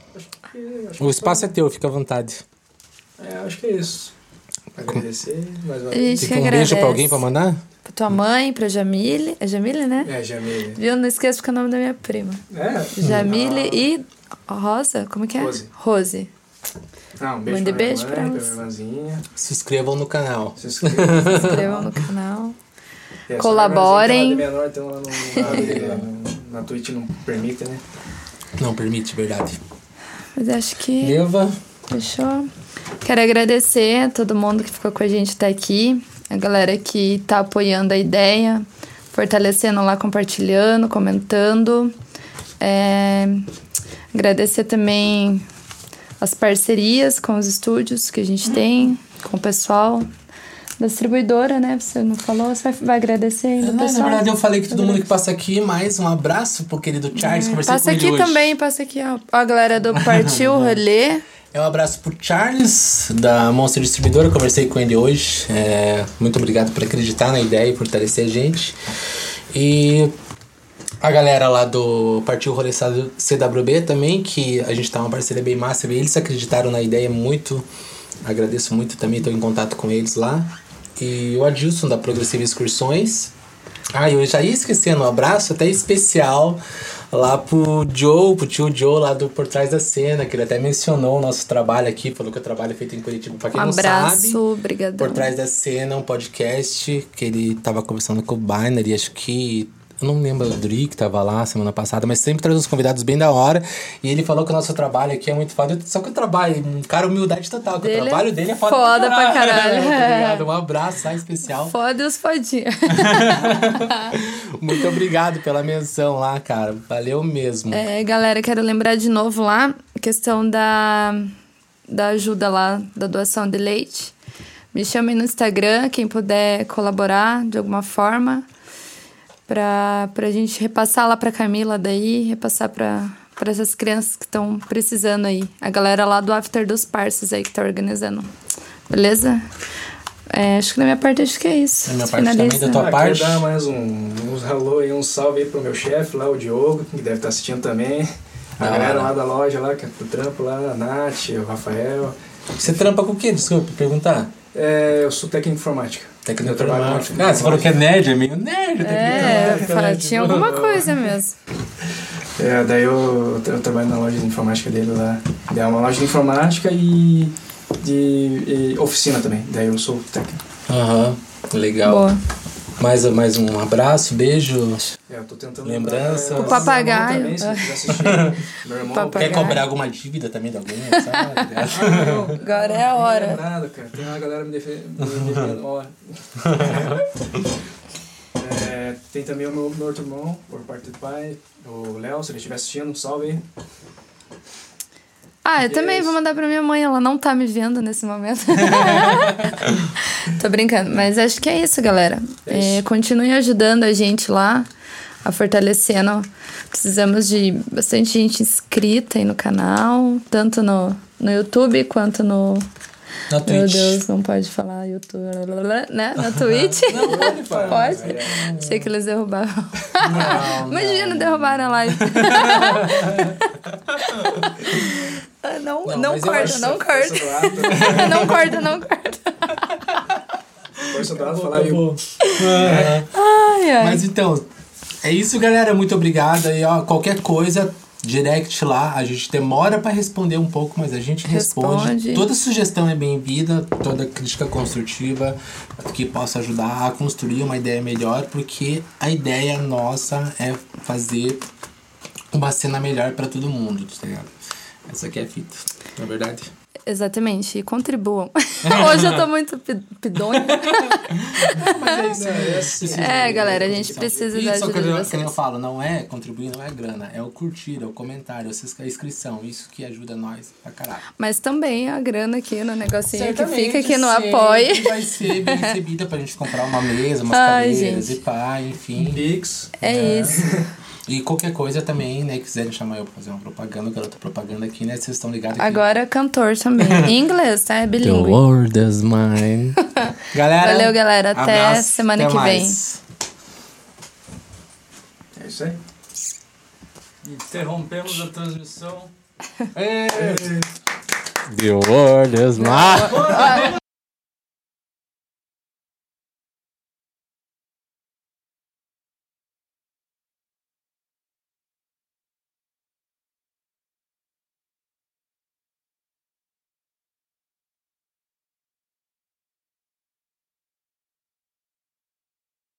O espaço é teu, fica à vontade. É, acho que é isso. Agradecer mais uma A vez. gente Fica um agradece. beijo pra alguém pra mandar? Pra tua mãe, pra Jamile. É Jamile, né? É, Jamile. Viu? Não esqueça porque é o nome da minha prima. É? Jamile Ah, e Rosa, como que é? Rose. Rose. Ah, um beijo Mande pra minha beijo mãe, pra pra elas. minha irmãzinha. Se inscrevam no canal. Se inscrevam. Se inscrevam no canal. É, só Colaborem. a irmãzinha que ela é menor, então ela não, lá no- na Twitch não permite, né? Não permite, verdade. Mas acho que Leva. fechou. Quero agradecer a todo mundo que ficou com a gente até aqui. A galera que tá apoiando a ideia, fortalecendo lá, compartilhando, comentando. É, agradecer também as parcerias com os estúdios que a gente tem, com o pessoal da distribuidora, né? Você não falou, você vai, vai agradecer ainda, Na, pessoal? na verdade, eu falei que todo mundo que passa aqui, mais um abraço pro querido Charles. Conversei Passa com ele aqui hoje. também, passa aqui, ó. Ó, a galera do Partiu Rolê. É um abraço pro Charles, da Monster Distribuidora. Conversei com ele hoje. É, muito obrigado por acreditar na ideia e fortalecer a gente. E a galera lá do Partiu Rolê C W B também, que a gente tá uma parceria bem massa. Eles acreditaram na ideia muito. Agradeço muito também, estou em contato com eles lá. E o Adilson da Progressiva Excursões. Ah, eu já ia esquecendo, um abraço até especial lá pro Joe, pro tio Joe lá do Por Trás da Cena, que ele até mencionou o nosso trabalho aqui, falou que o trabalho é feito em Curitiba. Pra quem Um não abraço, sabe, obrigadão. Por Trás da Cena, um podcast que ele tava conversando com o Binary, acho que... Eu não lembro do Dri que tava lá semana passada, mas sempre traz uns convidados bem da hora. E ele falou que o nosso trabalho aqui é muito foda. Só que o trabalho, um cara humildade total, que Dele o trabalho é dele é foda, foda pra caralho. pra caralho. Muito obrigado, um abraço lá especial. Foda e os fodinhos. Muito obrigado pela menção lá, cara. Valeu mesmo. É, galera, quero lembrar de novo lá a questão da, da ajuda lá, da doação de leite. Me chamem no Instagram, quem puder colaborar de alguma forma, pra, pra gente repassar lá pra Camila daí, repassar pra, pra essas crianças que estão precisando aí. A galera lá do After dos Parças aí que tá organizando. Beleza? É, acho que da minha parte, acho que é isso. Da minha parte também, da tua Ah, parte. quero dar mais um, uns alô e um salve aí pro meu chefe lá, o Diogo, que deve estar assistindo também. A Da galera hora. lá da loja lá, que é pro trampo lá, a Nath, o Rafael. Você trampa com o quê? Desculpa perguntar. É, eu sou técnico de informática. Técnico Eu trabalho informática. com Ah, você falou que é nerd, é meio nerd. É, técnico fala, nerd. tinha alguma coisa mesmo. É, daí eu, eu trabalho na loja de informática dele lá. É uma loja de informática e de e oficina também. Daí eu sou técnico. Aham, legal. Boa. Mais, mais um abraço, beijo. É, eu tô tentando Lembranças. lembrar, é, O papagaio. Também, se quiser assistir. Meu irmão. Papagaio. Quer cobrar alguma dívida também de alguém, sabe? Agora é a hora. Não nada, cara. Tem uma galera me defe- me devendo. Ó. É, tem também o meu, meu outro irmão, por parte do pai, o Léo, se ele estiver assistindo, um salve aí. Ah, eu também vou mandar pra minha mãe, ela não tá me vendo nesse momento. Tô brincando, mas acho que é isso, galera. É É, continuem ajudando a gente lá, a fortalecendo. Precisamos de bastante gente inscrita aí no canal, tanto no, no YouTube quanto no... Na Meu Twitch. Deus, não pode falar YouTube, né? Na Twitch. Não, pode falar. Pode? É, Achei que eles derrubaram. Não, Imagina, derrubaram a live. Ah, não, Não, não, mas eu corta, acho não Força corta. do ato. Não corta, não corta. Força do ato, falar aí. Acabou. Ai, ai. Mas então, é isso, galera. Muito obrigado. E ó, qualquer coisa, direct lá, a gente demora para responder um pouco, mas a gente responde. responde. Toda sugestão é bem-vinda, toda crítica construtiva que possa ajudar a construir uma ideia melhor, porque a ideia nossa é fazer uma cena melhor para todo mundo, tá ligado? Essa aqui é a fita, não é verdade? Exatamente, e contribuam. Hoje eu tô muito pidonha. Mas é isso. É, é, galera, a gente precisa da ajuda de vocês. Que eu falo, não é contribuir, não é grana, é o curtir, é o comentário, é a inscrição, isso que ajuda nós pra caralho. Mas também a grana aqui no negocinho que fica aqui no apoio. Vai ser bem recebida pra gente comprar uma mesa, umas Ai, cadeiras gente. e pá, enfim. Pix. É, é isso. E qualquer coisa também, né, quiserem chamar eu pra fazer uma propaganda, garota propaganda aqui, né, vocês estão ligados aqui. Agora cantor também. Em inglês, tá? É bilíngue. The world is mine. Galera. Valeu, galera. Até abraço, semana até que mais. vem. É isso aí. Interrompemos a transmissão. The world is mine.